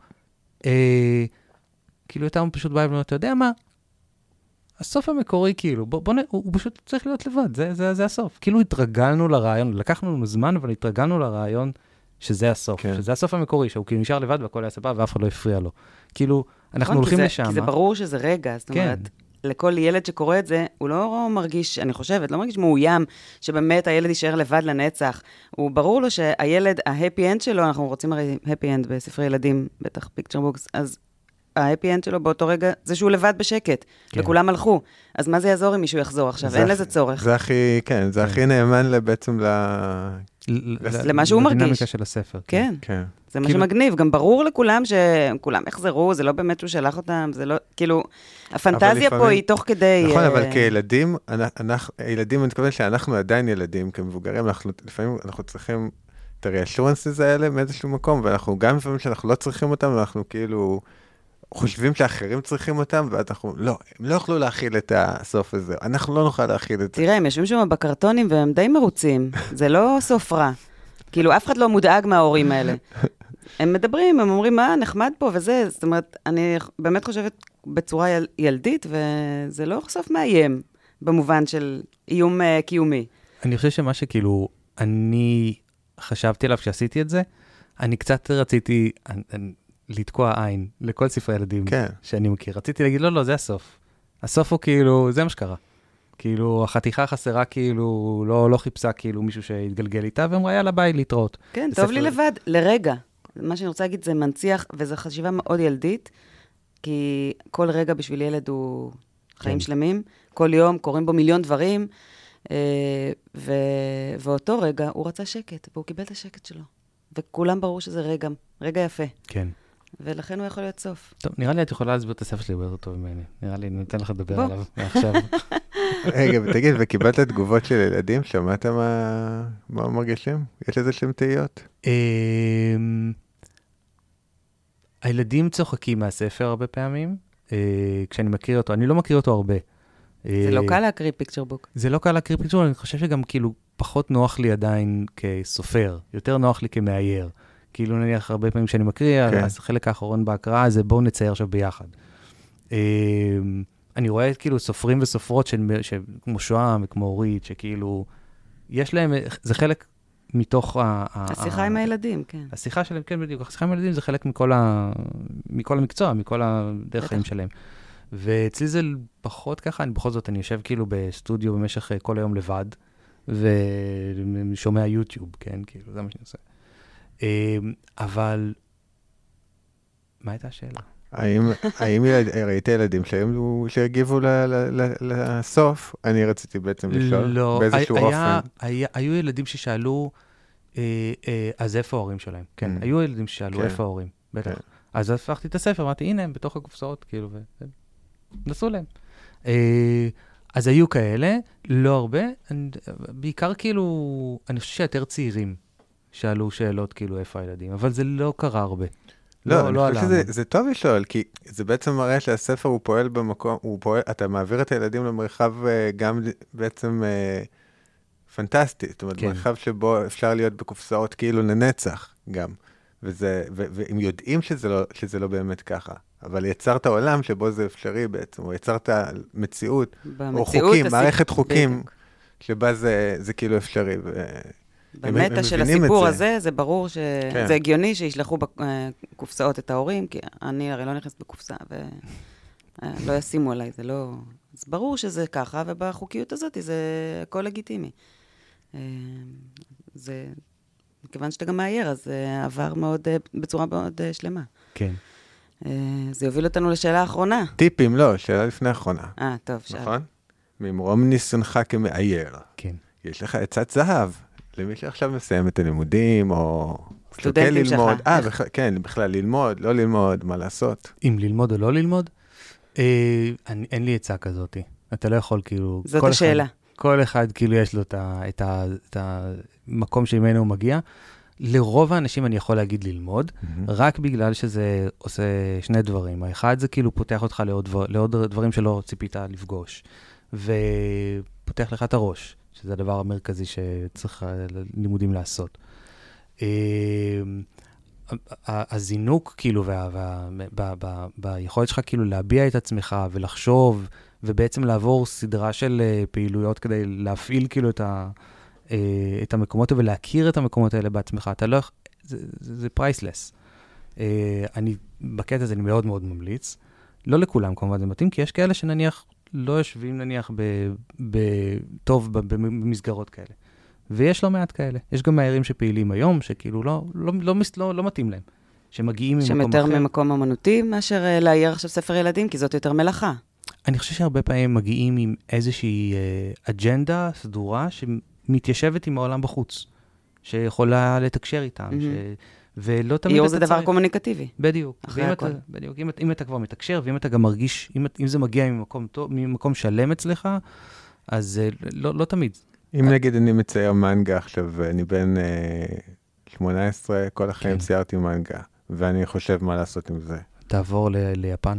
כאילו יותם פשוט בא ואומר, אתה יודע מה? הסוף המקורי, כאילו, הוא פשוט צריך להיות לבד, זה הסוף. כאילו התרגלנו לרעיון, לקחנו לנו זמן, אבל התרגלנו לרעיון שזה הסוף, שזה הסוף המקורי, שהוא כאילו נשאר לבד והכל היה סבבה, ואף אחד לא הפריע לו. כאילו, אנחנו הולכים לשם. כי זה ברור שזה רגע, זאת אומרת, לכל ילד שקורא את זה, הוא לא מרגיש, אני חושבת, לא מרגיש מאוים, שבאמת הילד יישאר לבד לנצח. הוא ברור לו שהילד, ההפי אנד שלו, אנחנו רוצים הרי הפי אנד בספרי ילדים, בטח פיקצ'ר בוקס, אז ההפי אנד שלו באותו רגע, זה שהוא לבד בשקט, וכולם הלכו. אז מה זה יעזור אם מישהו יחזור עכשיו? אין לזה צורך. זה הכי, כן, זה הכי נאמן בעצם למה שהוא מרגיש. לדינמיקה של הספר. כן. זה מה שמגניב. גם ברור לכולם שכולם יחזרו, זה לא באמת שהוא שלח אותם, זה לא, כאילו, הפנטזיה פה היא תוך כדי... נכון, אבל כילדים, ילדים, אני מתכוון שאנחנו עדיין ילדים, כמבוגרים, לפעמים אנחנו צריכים את הריאשורנסס האלה מאיזשהו מקום, ואנחנו גם לפעמים שאנחנו לא צריכים אותם, ואנחנו כאילו... חושבים שאחרים צריכים אותם, ואז אנחנו, לא, הם לא יכולו להכיל את הסוף הזה, אנחנו לא נוכל להכיל את זה. תראה, הם יושבים שם בקרטונים, והם די מרוצים, זה לא סוף רע. כאילו, אף אחד לא מודאג מההורים האלה. הם מדברים, הם אומרים, מה, נחמד פה וזה, זאת אומרת, אני באמת חושבת בצורה ילדית, וזה לא סוף מאיים, במובן של איום קיומי. אני חושב שמה שכאילו, אני חשבתי עליו כשעשיתי את זה, אני קצת רציתי... לתקוע עין לכל ספרי ילדים שאני מכיר. רציתי להגיד, לא, זה הסוף. הסוף הוא כאילו, זה מה שקרה. כאילו, החתיכה חסרה כאילו, לא חיפשה כאילו מישהו שהתגלגל איתה, ואמרה, יאללה, ביי, להתראות. כן, טוב לי לבד, לרגע. מה שאני רוצה להגיד זה מנציח, וזו חשיבה מאוד ילדית, כי כל רגע בשביל ילד הוא חיים שלמים, כל יום קוראים בו מיליון דברים, ואותו רגע הוא רצה שקט, והוא קיבל את השקט שלו. וכולם ברור שזה רגע יפה. כן. ולכן הוא יכול להיות סוף. טוב, נראה לי את יכולה להסביר את הספר שלי יותר טוב ממני. נראה לי, ניתן לך לדבר עליו מעכשיו. רגע, ותגיד, וקיבלת תגובות של ילדים? שמעת מה מרגישים? יש איזה שהם תהיות? הילדים צוחקים מהספר הרבה פעמים, כשאני מכיר אותו. אני לא מכיר אותו הרבה. זה לא קל להקריא פיקצ'ר בוק. זה לא קל להקריא פיקצ'ר בוק, אני חושב שגם כאילו פחות נוח לי עדיין כסופר, יותר נוח לי כמאייר. כאילו נניח הרבה פעמים שאני מקריא, אז החלק האחרון בהקראה זה בואו נצייר עכשיו ביחד. אני רואה כאילו סופרים וסופרות כמו שוהם וכמו אורית, שכאילו, יש להם, זה חלק מתוך השיחה עם הילדים, כן. השיחה שלהם, כן, בדיוק. השיחה עם הילדים זה חלק מכל המקצוע, מכל הדרך חיים שלהם. ואצלי זה פחות ככה, בכל זאת אני יושב כאילו בסטודיו במשך כל היום לבד, ושומע יוטיוב, כן, כאילו, זה מה שאני עושה. אבל, מה הייתה השאלה? האם ראית ילדים שהגיבו לסוף? אני רציתי בעצם לשאול, באיזשהו אופן. היו ילדים ששאלו, אז איפה ההורים שלהם? כן, היו ילדים ששאלו איפה ההורים, בטח. אז הפכתי את הספר, אמרתי, הנה הם בתוך הקופסאות, כאילו, ונסו להם. אז היו כאלה, לא הרבה, בעיקר כאילו, אני חושב שיותר צעירים שאלו שאלות כאילו איפה הילדים, אבל זה לא קרה הרבה. לא, אני חושב שזה טוב לשאול, כי זה בעצם מראה שהספר הוא פועל במקום, אתה מעביר את הילדים למרחב גם בעצם פנטסטי, זאת אומרת, מרחב שבו אפשר להיות בקופסאות כאילו לנצח גם, והם יודעים שזה לא באמת ככה, אבל יצרת עולם שבו זה אפשרי בעצם, או יצרת מציאות, או חוקים, מערכת חוקים, שבה זה כאילו אפשרי, במטה של הסיפור הזה, זה ברור שזה הגיוני שישלחו בקופסאות את ההורים, כי אני הרי לא נכנסת בקופסה, ולא ישימו עליי, זה לא... אז ברור שזה ככה, ובחוקיות הזאת זה הכל לגיטימי. זה... מכיוון שאתה גם מאייר, אז זה עבר מאוד, בצורה מאוד שלמה. כן. זה יוביל אותנו לשאלה האחרונה. טיפים, לא, שאלה לפני האחרונה. טוב, שאלה. נכון? ממרום ניסיונך כמאייר. כן. יש לך עצת זהב. למי שעכשיו מסיים את הלימודים, או... סטודנטים שלך. כן, בכלל ללמוד, לא ללמוד, מה לעשות. אם ללמוד או לא ללמוד, אין לי עצה כזאת. אתה לא יכול כאילו... זאת השאלה. כל אחד כאילו יש לו את המקום שממנו הוא מגיע. לרוב האנשים אני יכול להגיד ללמוד, רק בגלל שזה עושה שני דברים. האחד זה כאילו פותח אותך לעוד דברים שלא ציפית לפגוש, ופותח לך את הראש. שזה הדבר המרכזי שצריך לימודים לעשות. הזינוק, כאילו, ביכולת שלך, כאילו, להביע את עצמך ולחשוב, ובעצם לעבור סדרה של פעילויות כדי להפעיל, כאילו, את המקומות ולהכיר את המקומות האלה בעצמך. אתה לא... זה פרייסלס. בקטע הזה אני מאוד מאוד ממליץ. לא לכולם, כמובן, זה מתאים, כי יש כאלה שנניח לא יושבים נניח טוב במסגרות כאלה. ויש לא מעט כאלה. יש גם מאיירים שפעילים היום, שכאילו לא מתאים להם. שמגיעים ממקום אחר. שהם יותר ממקום אמנותי, מאשר לאייר עכשיו ספר ילדים, כי זאת יותר מלאכה. אני חושב שהרבה פעמים מגיעים עם איזושהי אג'נדה סדורה, שמתיישבת עם העולם בחוץ. שיכולה לתקשר איתם, ולא תמיד איור זה דבר קומוניקטיבי. בדיוק. בדיוק. אם אתה כבר מתקשר, ואם אתה גם מרגיש, אם זה מגיע ממקום שלם אצלך, אז לא תמיד. אם נגיד אני מצייר מנגה עכשיו, אני בן 18, כל החיים ציירתי מנגה, ואני חושב מה לעשות עם זה. תעבור ליפן.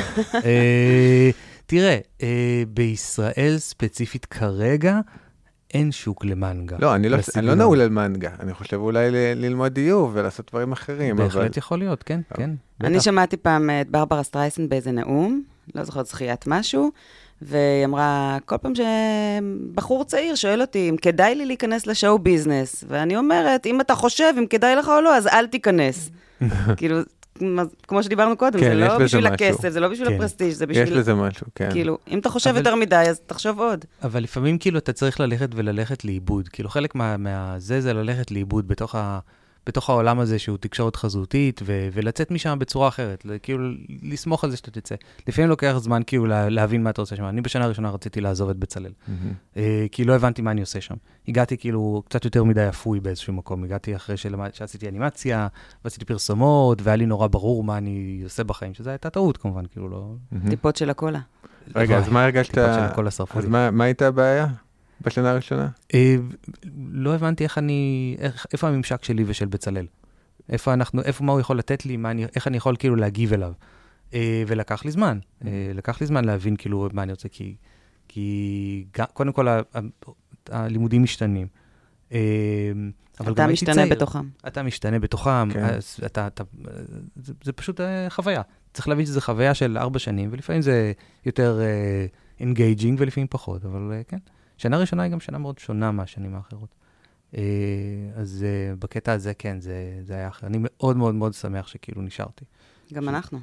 תראה, בישראל ספציפית כרגע, אין שוק למנגה. לא, אני לא נעול על מנגה. אני חושב אולי ללמוד דיור ולעשות דברים אחרים. בהחלט יכול להיות, כן, כן. אני שמעתי פעם את ברברה סטרייסן באיזה נאום, לא זוכרת זכיית משהו, והיא אמרה, כל פעם שבחור צעיר שואל אותי אם כדאי לי להיכנס לשואו ביזנס, ואני אומרת, אם אתה חושב אם כדאי לך או לא, אז אל תיכנס. כאילו, כמו שדיברנו קודם, זה לא בשביל הכסף, זה לא בשביל הפרסטיג', זה בשביל... יש לזה משהו, כן. כאילו, אם אתה חושב יותר מדי, אז תחשוב עוד. אבל לפעמים כאילו אתה צריך ללכת לאיבוד. כאילו חלק זה ללכת לאיבוד בתוך העולם הזה שהוא תקשורת חזותית, ולצאת משם בצורה אחרת. כאילו, לסמוך על זה שאתה תצא. לפעמים לוקח זמן כאילו להבין מה אתה עושה שם. אני בשנה הראשונה רציתי לעזוב את בצלאל. כי לא הבנתי מה אני עושה שם. הגעתי כאילו קצת יותר מדי אפוי באיזשהו מקום. הגעתי אחרי שעשיתי אנימציה, ועשיתי פרסומות, והיה לי נורא ברור מה אני עושה בחיים, שזה הייתה טעות כמובן, כאילו לא... טיפות של הקולה. רגע, אז מה הרגשת? אז מה הייתה הבעיה? בשנה הראשונה? לא הבנתי איפה הממשק שלי ושל בצלאל. מה הוא יכול לתת לי, איך אני יכול כאילו להגיב אליו. ולקח לי זמן. לקח לי זמן להבין כאילו מה אני רוצה, כי קודם כל הלימודים משתנים. אבל אתה משתנה בתוכם. אתה משתנה בתוכם, אז זה פשוט חוויה. צריך להבין שזה חוויה של 4 שנים, ולפעמים זה יותר engaging ולפעמים פחות, אבל כן. שנה ראשונה היא גם שנה מאוד שונה מהשנים האחרות. אז בקטע הזה, כן, זה היה אחר. אני מאוד מאוד מאוד שמח שכאילו נשארתי. גם אנחנו.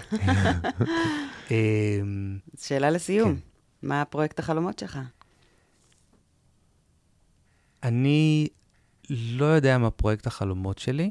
שאלה לסיום. מה הפרויקט החלומות שלך? אני לא יודע מה פרויקט החלומות שלי,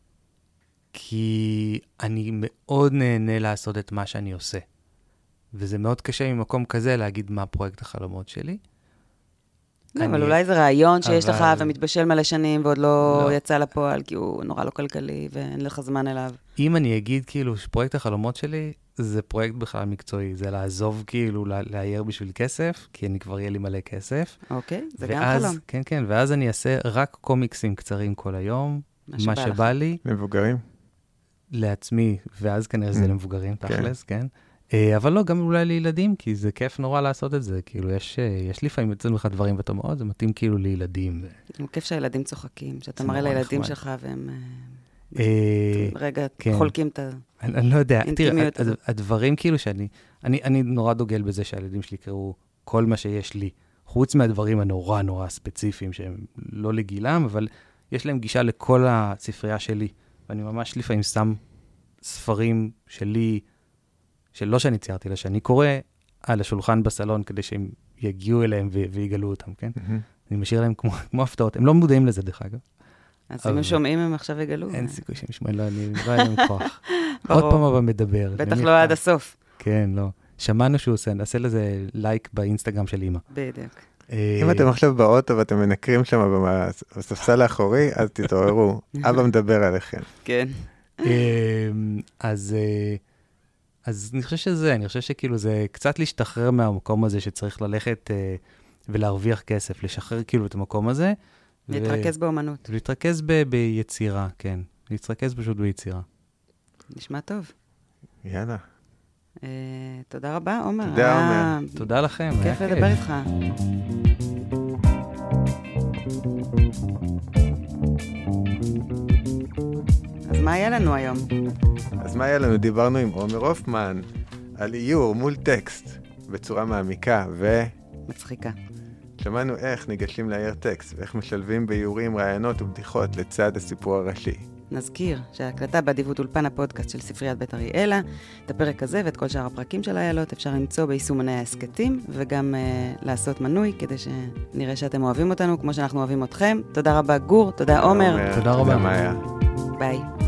כי אני מאוד נהנה לעשות את מה שאני עושה. וזה מאוד קשה ממקום כזה להגיד מה פרויקט החלומות שלי. אבל אולי זה רעיון שיש לך ומתבשל מלא שנים ועוד לא יצא לפועל, כי הוא נורא לא כלכלי ואין לך זמן אליו. אם אני אגיד כאילו שפרויקט החלומות שלי, זה פרויקט בכלל מקצועי. זה לעזוב כאילו, להייר בשביל כסף, כי אני כבר יהיה לי מלא כסף. אוקיי, זה גם חלום. כן, כן, ואז אני אעשה רק קומיקסים קצרים כל היום, מה שבא לי. מבוגרים? לעצמי, ואז כנראה זה למבוגרים, תכלס, כן. אבל לא, גם אולי לילדים, כי זה כיף נורא לעשות את זה. כאילו, יש לפעמים אצלנו לך דברים וטמעות, זה מתאים כאילו לילדים. זה כיף שהילדים צוחקים, שאתה מראה לילדים שלך והם רגע חולקים את אני לא יודע, תראה, הדברים כאילו אני נורא דוגל בזה שהילדים שלי יקראו כל מה שיש לי, חוץ מהדברים הנורא נורא ספציפיים שהם לא לגילם, אבל יש להם גישה לכל הספרייה שלי, ואני ממש לפעמים שם ספרים שלי, שלא שאני ציירתי לה, שאני קורא על השולחן בסלון, כדי שהם יגיעו אליהם ויגלו אותם, כן? אני משאיר להם כמו הפתעות, הם לא מודעים לזה דרך אגב. אז אם הם שומעים, הם עכשיו יגלו. אין סיכוי שהם ישמעו, לא היה להם כוח. עוד פעם אבל מדבר. בטח לא עד הסוף. כן, לא. שמענו שהוא עושה, נעשה לזה לייק באינסטגרם של אמא. בדיוק. אם אתם עכשיו באוטו ואתם מנקרים שם בספסל האחורי, אז תתעוררו. אבא מדבר עליכם. כן. אז אני חושב שזה, אני חושב שכאילו זה קצת להשתחרר מהמקום הזה שצריך ללכת ולהרוויח כסף, לשחרר כאילו את המקום הזה. להתרכז באומנות. להתרכז ביצירה, כן. להתרכז פשוט ביצירה. נשמע טוב. יאללה. תודה רבה, עומר. תודה, עומר. תודה לכם. כיף לדבר איתך. אז מה היה לנו היום? דיברנו עם עומר הופמן על איור מול טקסט בצורה מעמיקה מצחיקה. שמענו איך ניגשים לאייר טקסט ואיך משלבים באיורים רעיונות ובדיחות לצד הסיפור הראשי. נזכיר שההקלטה באדיבות אולפן הפודקאסט של ספריית בית אריאלה, את הפרק הזה ואת כל שאר הפרקים של האיילות אפשר למצוא ביישומוני ההסקטים, וגם לעשות מנוי כדי שנראה שאתם אוהבים אותנו כמו שאנחנו אוהבים אתכם. תודה רבה גור, תודה עומר. תודה רבה. מאיה. ביי.